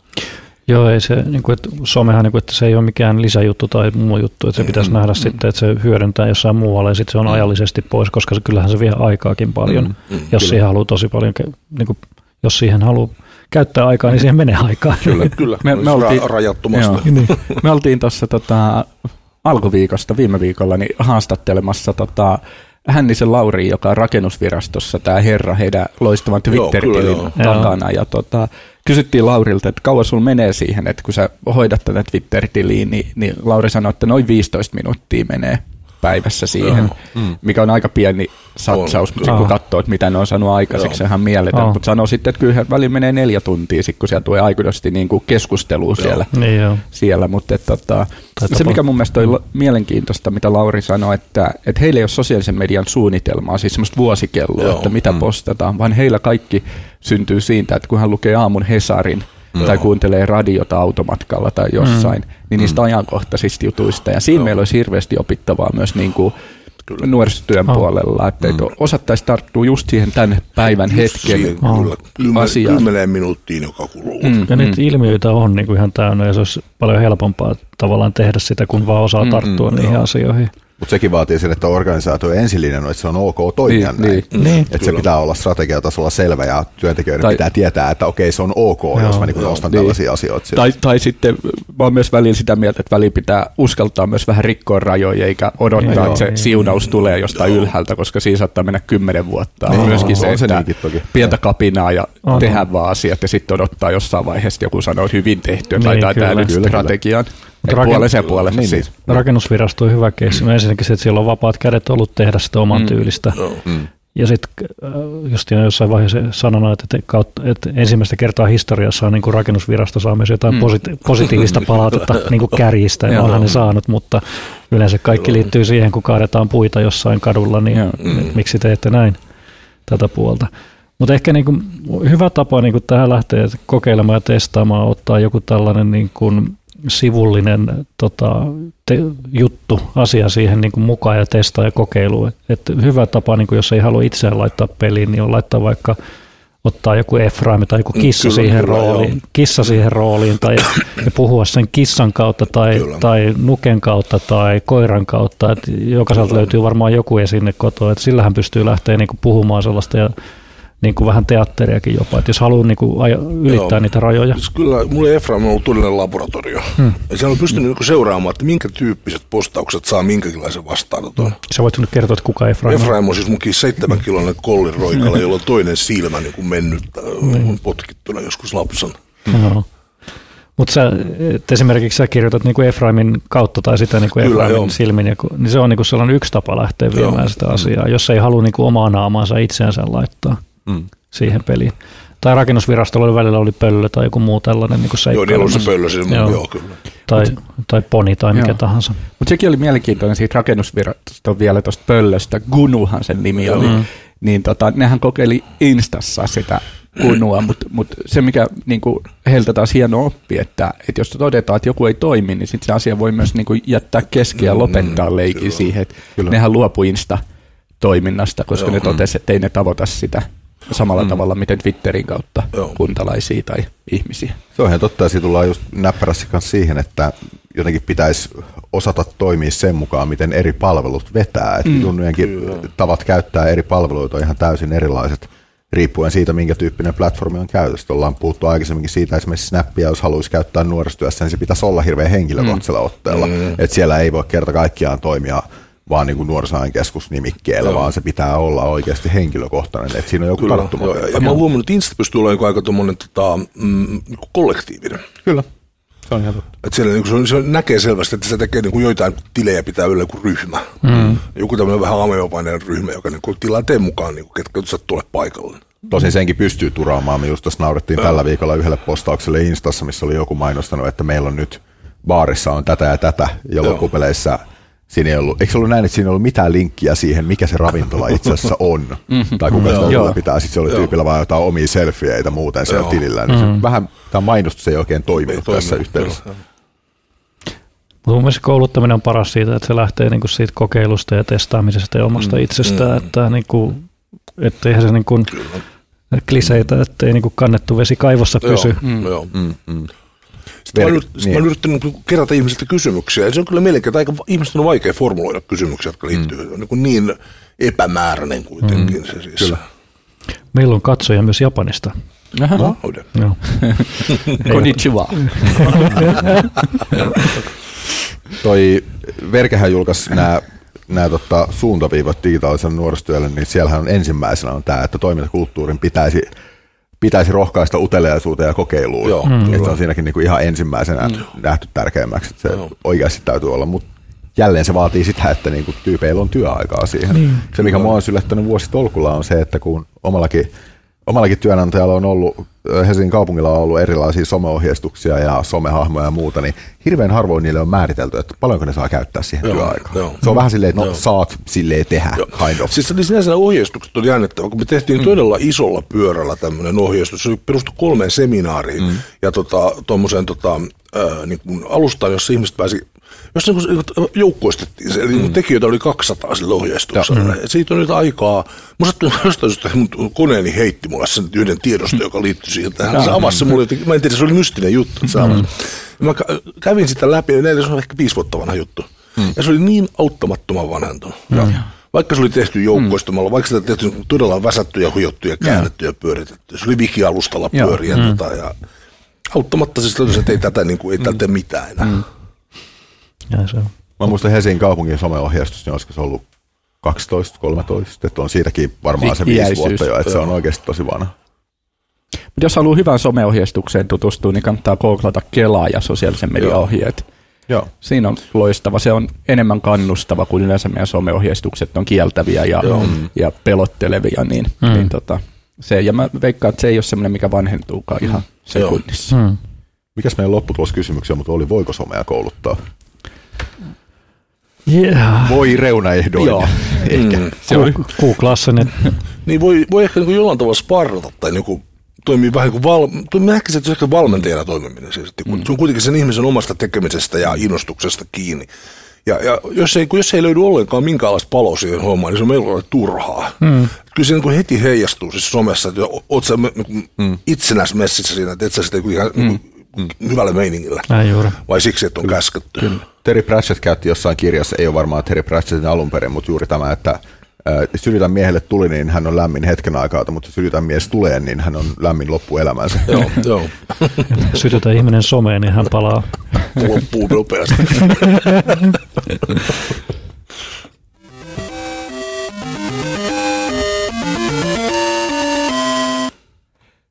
S4: Joo, ei se, niin kuin, että somehan, niin kuin, että se ei ole mikään lisäjuttu tai muu juttu, että se pitäisi nähdä sitten, että se hyödyntää jossain muualla ja sitten se on ajallisesti pois, koska kyllähän se vie aikaakin paljon, jos siihen haluaa tosi paljon, niin kuin, jos siihen haluaa käyttää aikaa, niin siihen menee aikaa.
S3: Kyllä. Me oltiin rajattomasti.
S2: Me oltiin tuossa alkuviikosta, viime viikolla, niin haastattelemassa Hännisen Lauri, joka on rakennusvirastossa, tämä herra heidän loistavan Twitter-tilin takana. Ja kysyttiin Laurilta, että kauan sulla menee siihen, että kun sä hoidat tätä Twitter-tiliin, niin Lauri sanoi, että noin 15 minuuttia menee päivässä siihen, mikä on aika pieni satsaus, mutta kun katsoo, että mitä ne on saanut aikaiseksi, se on ihan mieletön. Mutta sanoo sitten, että kyllä väliin menee 4 tuntia, sit, kun siellä tulee aikuisesti niin kuin keskustelua siellä. Mutta se, mikä mun mielestä oli mielenkiintoista, mitä Lauri sanoi, että heillä ei ole sosiaalisen median suunnitelmaa, siis semmoista vuosikelloa, että mitä postataan, vaan heillä kaikki syntyy siitä, että kun hän lukee aamun Hesarin, tai kuuntelee radiota automatkalla tai jossain, niin niistä ajankohtaisista jutuista. Ja siinä meillä olisi hirveästi opittavaa myös niin kuin nuorisotyön puolella, että osattaisi tarttua just siihen tämän päivän hetken asiaan.
S3: 10 minuuttiin, joka kuluu.
S4: Ja niitä ilmiöitä on niin kuin ihan täynnä ja se olisi paljon helpompaa tavallaan tehdä sitä, kun vaan osaa tarttua niihin asioihin.
S5: Mutta sekin vaatii sen, että organisaatio ensilinjan on, että se on ok toimia näin. Että se pitää olla strategiatasolla selvä ja työntekijöiden pitää tietää, että okei, se on ok, jos mä niin ostan tällaisia asioita.
S2: Tai sitten mä oon myös välillä sitä mieltä, että välillä pitää uskaltaa myös vähän rikkoa rajoja, eikä odottaa, että se siunaus tulee jostain ylhäältä, koska siinä saattaa mennä 10 vuotta. Myöskin se, että pientä kapinaa ja tehdä vaan asiat ja sitten odottaa jossain vaiheessa joku sanoo, että hyvin tehty, että laitetaan tämä nyt strategiaan.
S4: Rakennusvirasto on hyvä keissi. No ensinnäkin se, että siellä on vapaat kädet ollut tehdä sitä oman tyylistä. Ja sitten just jossain vaiheessa sanona, että ensimmäistä kertaa historiassa on niin kuin rakennusvirasto saa myös jotain positiivista palautetta niin kuin kärjistä, ja onhan ne saanut, mutta yleensä kaikki liittyy siihen, kun kaadetaan puita jossain kadulla, niin miksi teette näin tätä puolta. Mutta ehkä niin kuin hyvä tapa niin kuin tähän lähtee kokeilemaan ja testaamaan, ottaa joku tällainen niin kuin sivullinen juttu, asia siihen niin kuin mukaan ja testaa ja kokeilu. Et hyvä tapa, niin kuin jos ei halua itseään laittaa peliin, niin on laittaa vaikka ottaa joku Efraim tai joku kissa siihen rooliin tai ja puhua sen kissan kautta tai nuken kautta tai koiran kautta. Et jokaiselta löytyy varmaan joku esine kotoa, että sillähän pystyy lähteä niin kuin puhumaan sellaista ja niin kuin vähän teatteriakin jopa, että jos haluaa niin kuin ylittää niitä rajoja.
S3: Kyllä, mulle Efraim on ollut todellinen laboratorio. Ja siellä on pystynyt niin kuin seuraamaan, että minkä tyyppiset postaukset saa minkälaisen vastaanoton.
S4: Sä voit nyt kertoa, että kuka Efraim on?
S3: Efraim on siis munkin 7-kiloinen kollin roikalla, jolla on toinen silmä niin kuin mennyt, on potkittuna joskus lapsena.
S4: Mutta esimerkiksi sä kirjoitat niinku Efraimin kautta tai sitä niinku Efraimin silmin, niin se on niinku sellainen yksi tapa lähteä viemään sitä asiaa, jos ei halua niinku omaa naamaansa itseänsä laittaa siihen peliin. Tai rakennusvirastolla välillä oli pöllö tai joku muu tällainen niin seikkailu.
S3: Joo, niillä on se pöllö siis, joo kyllä.
S4: Tai poni tai mikä tahansa.
S2: Mutta sekin oli mielenkiintoinen siitä rakennusviraston vielä tuosta pöllöstä, Gunuhan sen nimi oli, niin nehän kokeili Instassa sitä Gunua, mutta se mikä niinku, heiltä taas hieno oppi, että jos todetaan, että joku ei toimi, niin sitten se asia voi myös niinku, jättää kesken ja lopettaa leikin siihen, että nehän luopui Insta-toiminnasta, koska ne totesi, että ei ne tavoita sitä samalla tavalla, miten Twitterin kautta kuntalaisia tai ihmisiä.
S5: Se on ihan totta, ja siitä tullaan just näppärästi kanssa siihen, että jotenkin pitäisi osata toimia sen mukaan, miten eri palvelut vetää. Että junnujenkin tavat käyttää eri palveluita on ihan täysin erilaiset, riippuen siitä, minkä tyyppinen platformi on käytössä. Ollaan puhuttu aikaisemminkin siitä, esimerkiksi Snappia, jos haluaisi käyttää nuorisotyössä, niin se pitäisi olla hirveän henkilökohtaisella otteella. Että siellä ei voi kerta kaikkiaan toimia vaan niin kuin nuorisoajan keskusnimikkeellä, vaan se pitää olla oikeasti henkilökohtainen, että siinä on joku tarttuma.
S3: Ja mä oon huomannut, että Insta pystyy olemaan aika tommoinen kollektiivinen.
S5: Kyllä, se on ihan totta.
S3: Että siellä niin se näkee selvästi, että se tekee niin kuin joitain tilejä pitää yllä kuin ryhmä. Joku tämmöinen vähän ameopainen ryhmä, joka niin tilanteen mukaan, niin kuin, ketkä sattuu ole paikalle.
S5: Tosin senkin pystyy turaamaan. Me just tuossa naurettiin tällä viikolla yhdelle postaukselle Instassa, missä oli joku mainostanut, että meillä on nyt baarissa on tätä ja tätä, ja loppupeleissä siinä ei ollut, eikö se ollut näin, että siinä ei ollut mitään linkkiä siihen, mikä se ravintola itse asiassa on, tai kuka sitä ylläpitää, sitten se oli tyypillä vaan jotain omia selfieitä muuten siellä tilillä, niin se vähän, tämä mainostus ei oikein toiminut tässä yhteydessä.
S4: Mun mielestä kouluttaminen on paras siitä, että se lähtee niinku siitä kokeilusta ja testaamisesta ja omasta itsestään, että niinku, eihän se niinku kliseitä, ettei niinku kannettu vesi kaivossa pysy.
S3: Mä oon yrittänyt kerätä ihmisiltä kysymyksiä, ja se on kyllä mielenkiintoista, aika ihmisten on vaikea formuloida kysymyksiä, jotka liittyy niin epämääräinen kuitenkin. Se siis.
S5: Kyllä.
S4: Meillä on katsoja myös Japanista.
S2: Konnichiwa.
S5: Toi Verkehän julkaisi nämä suuntaviivat digitaalisen nuorisotyölle, niin siellähän on ensimmäisenä on tämä, että toimintakulttuurin pitäisi rohkaista uteliaisuuteen ja kokeiluun. Että se on siinäkin niinku ihan ensimmäisenä nähty tärkeämmäksi, että se oikeasti täytyy olla, mutta jälleen se vaatii sitä, että niinku tyypeillä on työaikaa siihen. Se, mikä minua on yllättänyt vuositolkulla, on se, että kun omallakin työnantajalla on ollut, Helsingin kaupungilla on ollut erilaisia someohjeistuksia ja somehahmoja ja muuta, niin hirveän harvoin niille on määritelty, että paljonko ne saa käyttää siihen työaikaan. Se on vähän silleen, että saat silleen tehdä, kind of.
S3: Siis sinänsä ohjeistukset on jännittävä, kun me tehtiin todella isolla pyörällä tämmöinen ohjeistus, se perustui 3 seminaariin ja tuommoiseen niin alustaan, jossa ihmiset pääsi, jos joukkoistettiin se, eli tekijöitä oli 200 sillä ohjeistuksella. Siitä on nyt aikaa. Musta jostain syystä mun koneeni heitti mulle sen yhden tiedoston, joka liittyi siihen. Se avasi se mulle, mä en tiedä, se oli mystinen juttu. Mä kävin sitä läpi, ja se on ehkä 5 vuotta vanha juttu. Ja se oli niin auttamattoman vanhentunut. Vaikka se oli tehty joukkoistumalla, vaikka sitä tehty todella väsättyjä, huijottuja, käännettyjä, pyöritettyä. Se oli Wiki-alustalla pyöriä ja auttamatta siis todella, että ei tätä tee mitään enää.
S5: Mä muistan Helsingin kaupungin someohjeistus, niin olisiko se ollut 12-13, että on siitäkin varmaan se 5 vuotta jo, että se on oikeasti tosi vanha.
S2: Mutta jos haluaa hyvään someohjeistukseen tutustua, niin kannattaa googlata Kelaa ja sosiaalisen median ohjeet. Siinä on loistava. Se on enemmän kannustava kuin yleensä meidän someohjeistukset on kieltäviä ja pelottelevia. Ja mä veikkaan, että se ei ole semmoinen, mikä vanhentuukaan ihan sekunnissa.
S5: Mikäs meidän lopputuloskysymyksiä, mutta oli, voiko somea kouluttaa? Voi reunaehdoin. Ehkä.
S4: Googlassa ne.
S3: Niin voi ehkä niin jollain tavalla sparrata tai niin toimii vähän kuin mä näkisin, että se on ehkä valmentajana toimiminen. Se on kuitenkin sen ihmisen omasta tekemisestä ja innostuksesta kiinni. Ja jos ei löydy ollenkaan minkäänlaista paloa siihen hommaan, niin se on meillä turhaa. Kyllä se niin heti heijastuu siis somessa, että oot sä itsenäis messissä siinä, että et sä sitä ihan hyvällä meiningillä. Vai siksi, että on käsketty.
S5: Kyllä. Terry Pratchett käytti jossain kirjassa, ei ole varmaan Terry Pratchettin alun perin, mutta juuri tämä, että sytytän miehelle tuli, niin hän on lämmin hetken aikaa, mutta sytytän mies tulee, niin hän on lämmin loppuelämänsä.
S3: Joo.
S4: Sytytä ihminen someen, niin hän palaa.
S3: Loppuu nopeasti.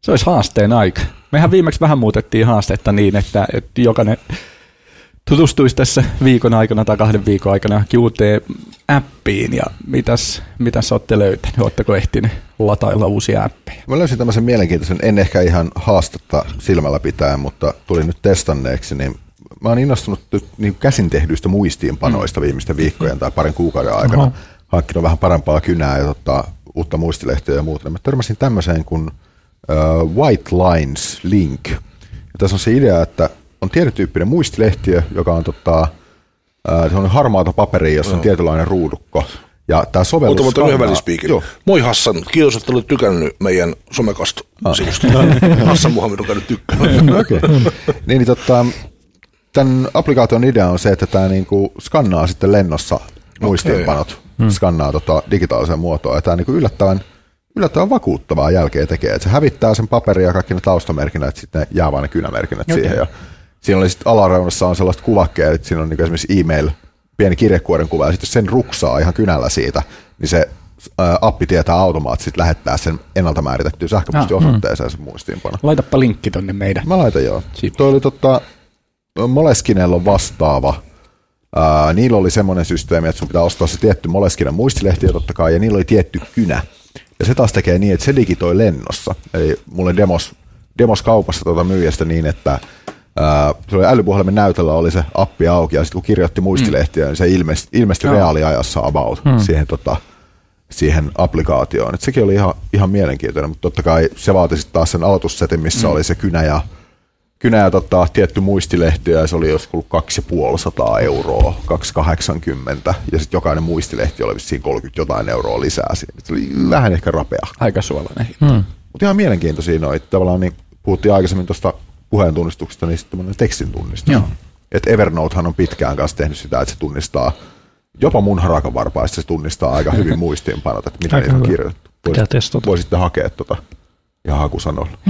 S2: Se olisi haasteen aika. Mehän viimeksi vähän muutettiin haastetta niin, että jokainen tutustuisi tässä viikon aikana tai 2 viikon aikana uuteen appiin. Ja mitäs olette löytäneet? Oletteko ehtineet latailla uusia appeja?
S5: Mä löysin tämmöisen mielenkiintoisen, en ehkä ihan haastetta silmällä pitää, mutta tuli nyt testanneeksi, niin mä oon innostunut niin käsin tehdyistä muistiinpanoista viimeisten viikkojen tai parin kuukauden aikana. Hankkinut vähän parempaa kynää ja uutta muistilehtiä ja muuta. Mä törmäsin tämmöiseen kuin White Lines Link. Ja tässä on se idea, että on tietyn tyyppinen muistilehtiö, joka on se on harmaata paperia, jossa on tietynlainen ruudukko. Ja tämä sovellus...
S3: Mutta yhden välispiikin. Moi Hassan, kiitos, että olet tykännyt meidän Somekast-sivusta. Hassan Muhammed on käynyt tykkäämään.
S5: Okay. Niin, tämän applikaation idea on se, että tämä niinku skannaa sitten lennossa muistiinpanot, skannaa digitaaliseen muotoon. Ja tämä niinku yllättävän vakuuttavaa jälkeä tekee. Että se hävittää sen paperia ja kaikki ne taustamerkinnät, että sitten jää vain ne kynämerkinnät siihen. Ja siinä oli sitten alareunassa on sellaiset kuvakkeet, että siinä on niinku esimerkiksi email, pieni kirjekuoren kuva, ja sitten jos sen ruksaa ihan kynällä siitä, niin se appi tietää automaattisesti lähettää sen ennalta määritettyyn sähköpostiosoitteeseen sen muistiinpano.
S2: Laitapa linkki tonne meidän.
S5: Mä laitan joo. Tuo oli Moleskinella on vastaava. Niillä oli semmoinen systeemi, että sun pitää ostaa se tietty Moleskinen muistilehti totta kai, ja niillä oli tietty kynä. Ja se taas tekee niin, että se digitoi lennossa. Eli mulle demos kaupassa myyjästä niin, että se oli älypuhelimen näytöllä oli se appi auki, ja sitten kun kirjoitti muistilehtiä, niin se ilmestyi reaaliajassa about siihen applikaatioon. Et sekin oli ihan mielenkiintoinen, mutta totta kai se vaati sitten taas sen aloitussetin, missä oli se kynä ja tietty muistilehti, ja se oli joskus 250 €, 280, ja sitten jokainen muistilehti oli vissiin 30 jotain euroa lisää siinä. Se oli vähän ehkä rapea.
S2: Aika suolainen.
S5: Mutta ihan mielenkiintoisia noita. Tavallaan niin puhuttiin aikaisemmin tuosta puheen tunnistuksesta, niin sitten tekstin tunnistus. Et Evernotehan on pitkään kanssa tehnyt sitä, että se tunnistaa jopa mun harakavarpaista, se tunnistaa aika hyvin muistiinpanot, että mitä niitä on kirjoitettu. Voisitte hakea ihan hakusanoilla.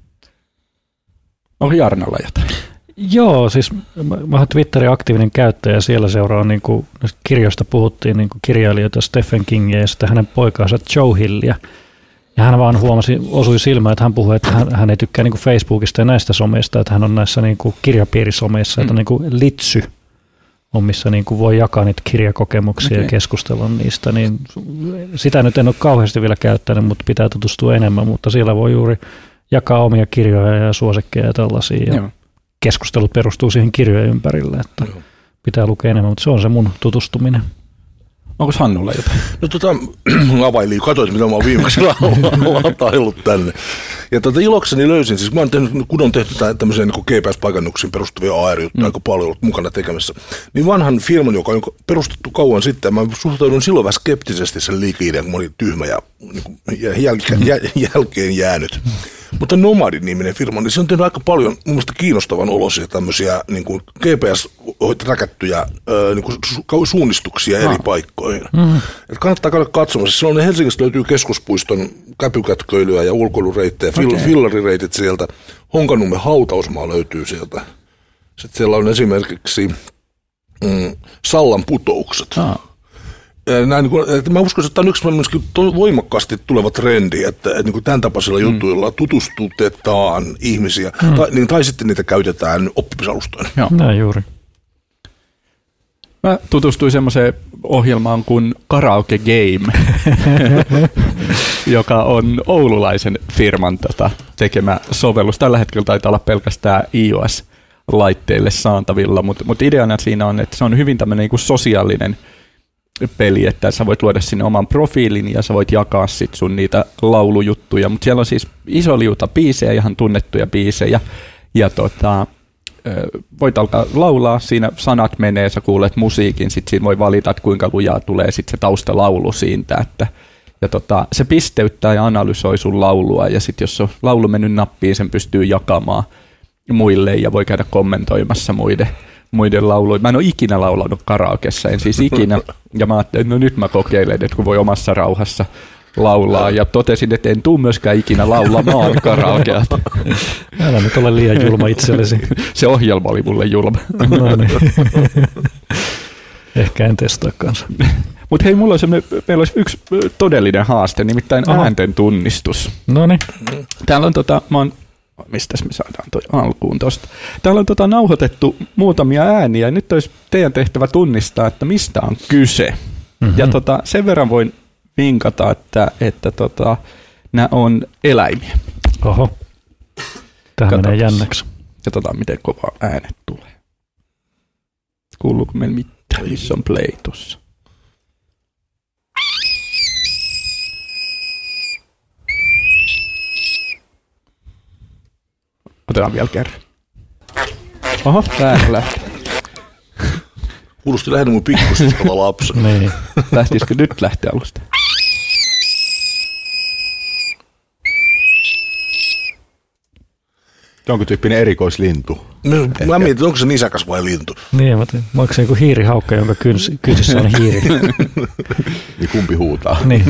S2: Onko Jarnalla jotain?
S4: Joo, siis mä olen Twitterin aktiivinen käyttäjä ja siellä seuraa, niin kuin kirjoista puhuttiin, niin kuin kirjailijoita Stephen Kingia ja sitten hänen poikaansa Joe Hillia. Ja hän vaan osui silmään, että hän puhui, että hän ei tykkää niin kuin Facebookista ja näistä someista, että hän on näissä niin kuin kirjapiirisomeissa, että niin kuin Litsy on, missä niin kuin voi jakaa niitä kirjakokemuksia ja keskustella niistä. Niin sitä nyt en ole kauheasti vielä käyttänyt, mutta pitää tutustua enemmän, mutta siellä voi juuri jakaa omia kirjoja ja suosikkeja ja tällaisia. Ja keskustelut perustuu siihen kirjojen ympärille, että pitää lukea enemmän, mutta se on se mun tutustuminen.
S2: Onko Hannulla jotain?
S3: No availiin, katsoit mitä mä oon viimeksi lataillut tänne. Ja ilokseni löysin, siis mä oon tehnyt, kun on tehty tämmöisiä niin GPS-paikannuksiin perustuvia AR-juttuja aika paljon ollut mukana tekemässä, niin vanhan firman, joka on perustettu kauan sitten, mä suhtaudun silloin vähän skeptisesti sen liikeideen, kun mä olin tyhmä ja jälkeen jäänyt. Mutta Nomad-niminen firma, niin se on tehnyt aika paljon mun mielestä kiinnostavan olosia tämmöisiä niin kuin GPS-räkättyjä niin suunnistuksia eri paikkoihin. Et kannattaa käydä katsomassa. Silloin Helsingistä löytyy keskuspuiston käpykätköilyä ja ulkoilureittejä, fillarireitit sieltä. Honkanummen hautausmaa löytyy sieltä. Sitten siellä on esimerkiksi Sallan putoukset. Mä uskon, että tämä on yksi voimakkaasti tuleva trendi, että niin tämän tapaisilla jutuilla tutustutetaan ihmisiä, tai sitten niitä käytetään oppimisalustoina.
S4: Näin juuri.
S2: Mä tutustuin semmoiseen ohjelmaan kuin Karaoke Game, joka on oululaisen firman tekemä sovellus. Tällä hetkellä taitaa olla pelkästään iOS-laitteille saatavilla, mutta ideana siinä on, että se on hyvin tämmöinen niin kuin sosiaalinen peli, että sä voit luoda sinne oman profiilin ja sä voit jakaa sit sun niitä laulujuttuja, mutta siellä on siis iso liuta biisejä, ihan tunnettuja biisejä, ja voit alkaa laulaa, siinä sanat menee, sä kuulet musiikin, sit siinä voi valita, että kuinka lujaa tulee sit se taustalaulu siitä, ja se pisteyttää ja analysoi sun laulua, ja sit jos on laulu mennyt nappiin, sen pystyy jakamaan muille, ja voi käydä kommentoimassa muiden lauluja. Mä en ole ikinä laulanut karaokessa, en siis ikinä. Ja mä ajattelin, että no nyt mä kokeilen, että kun voi omassa rauhassa laulaa. Ja totesin, että en tule myöskään ikinä laulamaan karaokeata.
S4: Älä nyt ole liian julma itsellesi.
S2: Se ohjelma oli mulle julma.
S4: No niin. Ehkä en testaa kanssa.
S2: Mutta hei, meillä olisi yksi todellinen haaste, nimittäin äänten tunnistus.
S4: Noniin.
S2: Täällä on mistäs me saadaan toi alkuun tosta. Täällä on nauhoitettu muutamia ääniä ja nyt olisi teidän tehtävä tunnistaa, että mistä on kyse. Mm-hmm. Ja sen verran voin vinkata, että nämä on eläimiä.
S4: Oho. Tähän menee jännäksi.
S2: Katsotaan, miten kova äänet tulee. Kuuluuko meillä mitään? Missä on play tuossa? Otetaan vielä kerran. Oho, ääni lähti.
S3: Kuulosti lähinnä mun pikkusiskalla lapsen.
S2: Niin. Lähtisikö nyt lähteä alusta?
S5: Onko tyyppinen erikoislintu?
S3: Mä mietin, onko se nisäkäs vai lintu?
S4: Niin, mä tiedän. Onko se joku hiirihaukka, jonka kynsissä on hiiri?
S5: Niin kumpi huutaa?
S4: Niin.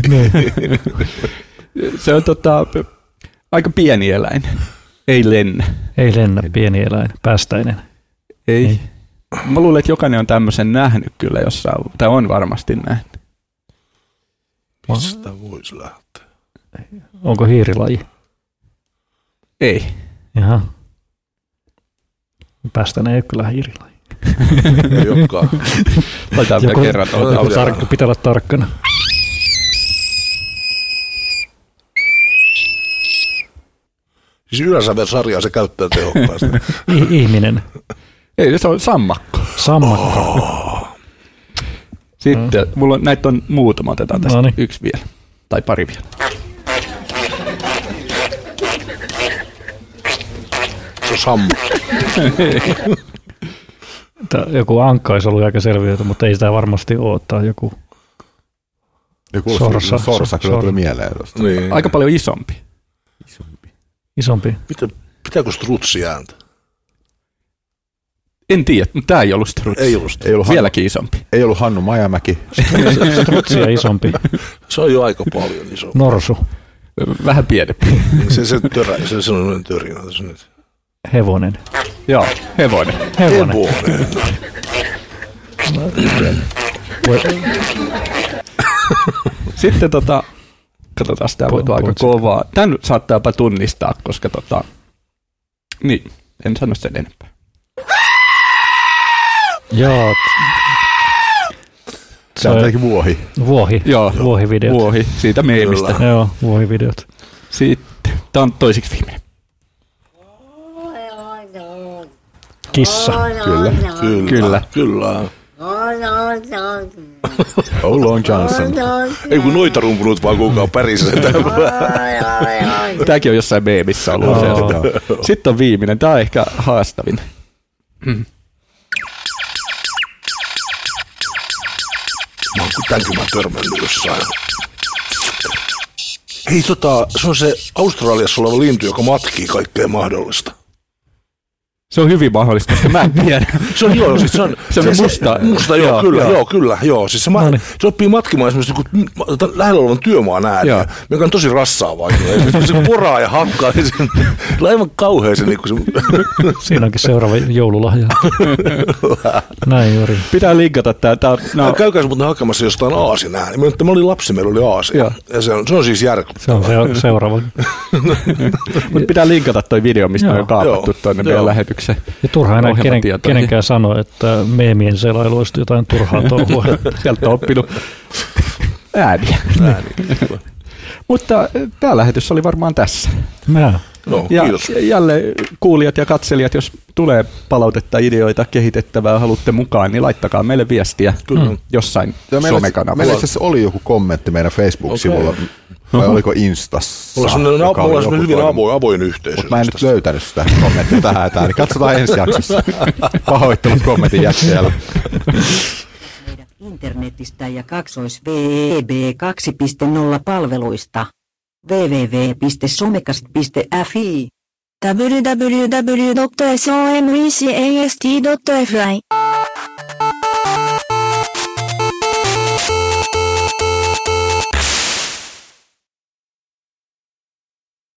S2: Se on aika pieni eläin. Ei lennä.
S4: Ei lennä, pieni eläin, päästäinen.
S2: Ei. Mä luulen, että jokainen on tämmöisen nähnyt kyllä jossain, tai on varmasti nähnyt.
S3: Mistä voisi lähteä?
S4: Onko hiirilaji?
S2: Ei.
S4: Jaha. Päästäinen ei ole kyllä hiirilaji.
S3: Ei olekaan.
S2: Laitetaan vielä kerran.
S4: Pitää olla tarkkana.
S3: Siis Yläsävel-sarjaa se käyttää tehokkaasti.
S4: Ihminen.
S2: Ei, se on sammakko.
S4: Sammakko.
S2: Sitten, näitä on muutama, otetaan tästä yksi vielä. Tai pari vielä.
S3: Se on sammakko.
S4: Joku ankka olisi ollut aika selviötä, mutta ei sitä varmasti ole. Tämä joku
S5: sorsa kyllä tuli mieleen tuosta.
S2: Niin. Aika paljon isompi.
S4: Isompi.
S3: Pitääkö strutsi ääntä?
S2: En tiedä, mutta tämä ei ollut strutsi.
S3: Ei ollut
S2: vieläkin isompi.
S5: Ei ollut Hannu Majamäki.
S4: Strutsia isompi.
S3: Se on jo aika paljon isompi.
S4: Norsu.
S2: Vähän pienempi.
S3: Se on törinä.
S4: Hevonen.
S2: Joo, hevonen. Sitten katsotaan, tämä voi olla aika kovaa. Tän saattaa jopa tunnistaa, koska niin, en sano sen enempää.
S4: Joo.
S5: Se on jotenkin vuohi.
S4: Vuohi.
S2: Joo,
S4: vuohivideot.
S2: Vuohi, siitä meemistä.
S4: Joo, vuohivideot.
S2: Sitten, tämä on toisiksi viimeinen.
S4: Kissa.
S2: Kyllä.
S5: Oh, Long Johnson.
S3: Ei kun noita rumpunut vaan kukaan pärisee.
S2: Tämäkin on jossain meemissä ollut. Sitten on viimeinen. Tämä on ehkä haastavin.
S3: Tämänkin mä törmännyt jossain. Hei se on se Australiassa oleva lintu, joka matkii kaikkea mahdollista.
S2: Se on hyvin mahdollista, koska mä en tiedä.
S3: Se on musta, kyllä. Siis se oppii matkimaan esimerkiksi lähellä olevan työmaan ääniä, mikä on tosi rassaavaa. Se poraa ja hakkaa. Se on aivan kauhea se.
S4: Siinä onkin seuraava joululahja. Näin juuri.
S2: Pitää linkata tää.
S3: Käykää muuten hakemassa jostain Aasin ääni. Mä olin lapsi, meillä oli Aasia. Ja se on siis järkyttävää.
S4: Se on seuraava.
S2: Mutta pitää linkata toi video, mistä on kaapattu tuonne meidän lähetykseen.
S4: Ja turhaa enää kenenkään sanoa, että meemien selailu olisi jotain turhaa touhua.
S2: Sieltä on oppinut ääniä. Mutta tämä lähetys oli varmaan tässä. Ja jälleen kuulijat ja katselijat, jos tulee palautetta, ideoita, kehitettävää, haluatte mukaan, niin laittakaa meille viestiä jossain somekanavalla.
S5: Meillä itse asiassa oli joku kommentti meidän Facebook-sivulla, vai oliko Instassa?
S3: Mulla on hyvin avoin yhteisö.
S5: Mutta mä en nyt löytänyt sitä kommenttia tähän, niin katsotaan ensi jaksossa. Pahoittelut kommentin jätkeellä.
S6: Internetistä ja /VB 2.0 palveluista. www.somecast.fi
S7: www.somecast.fi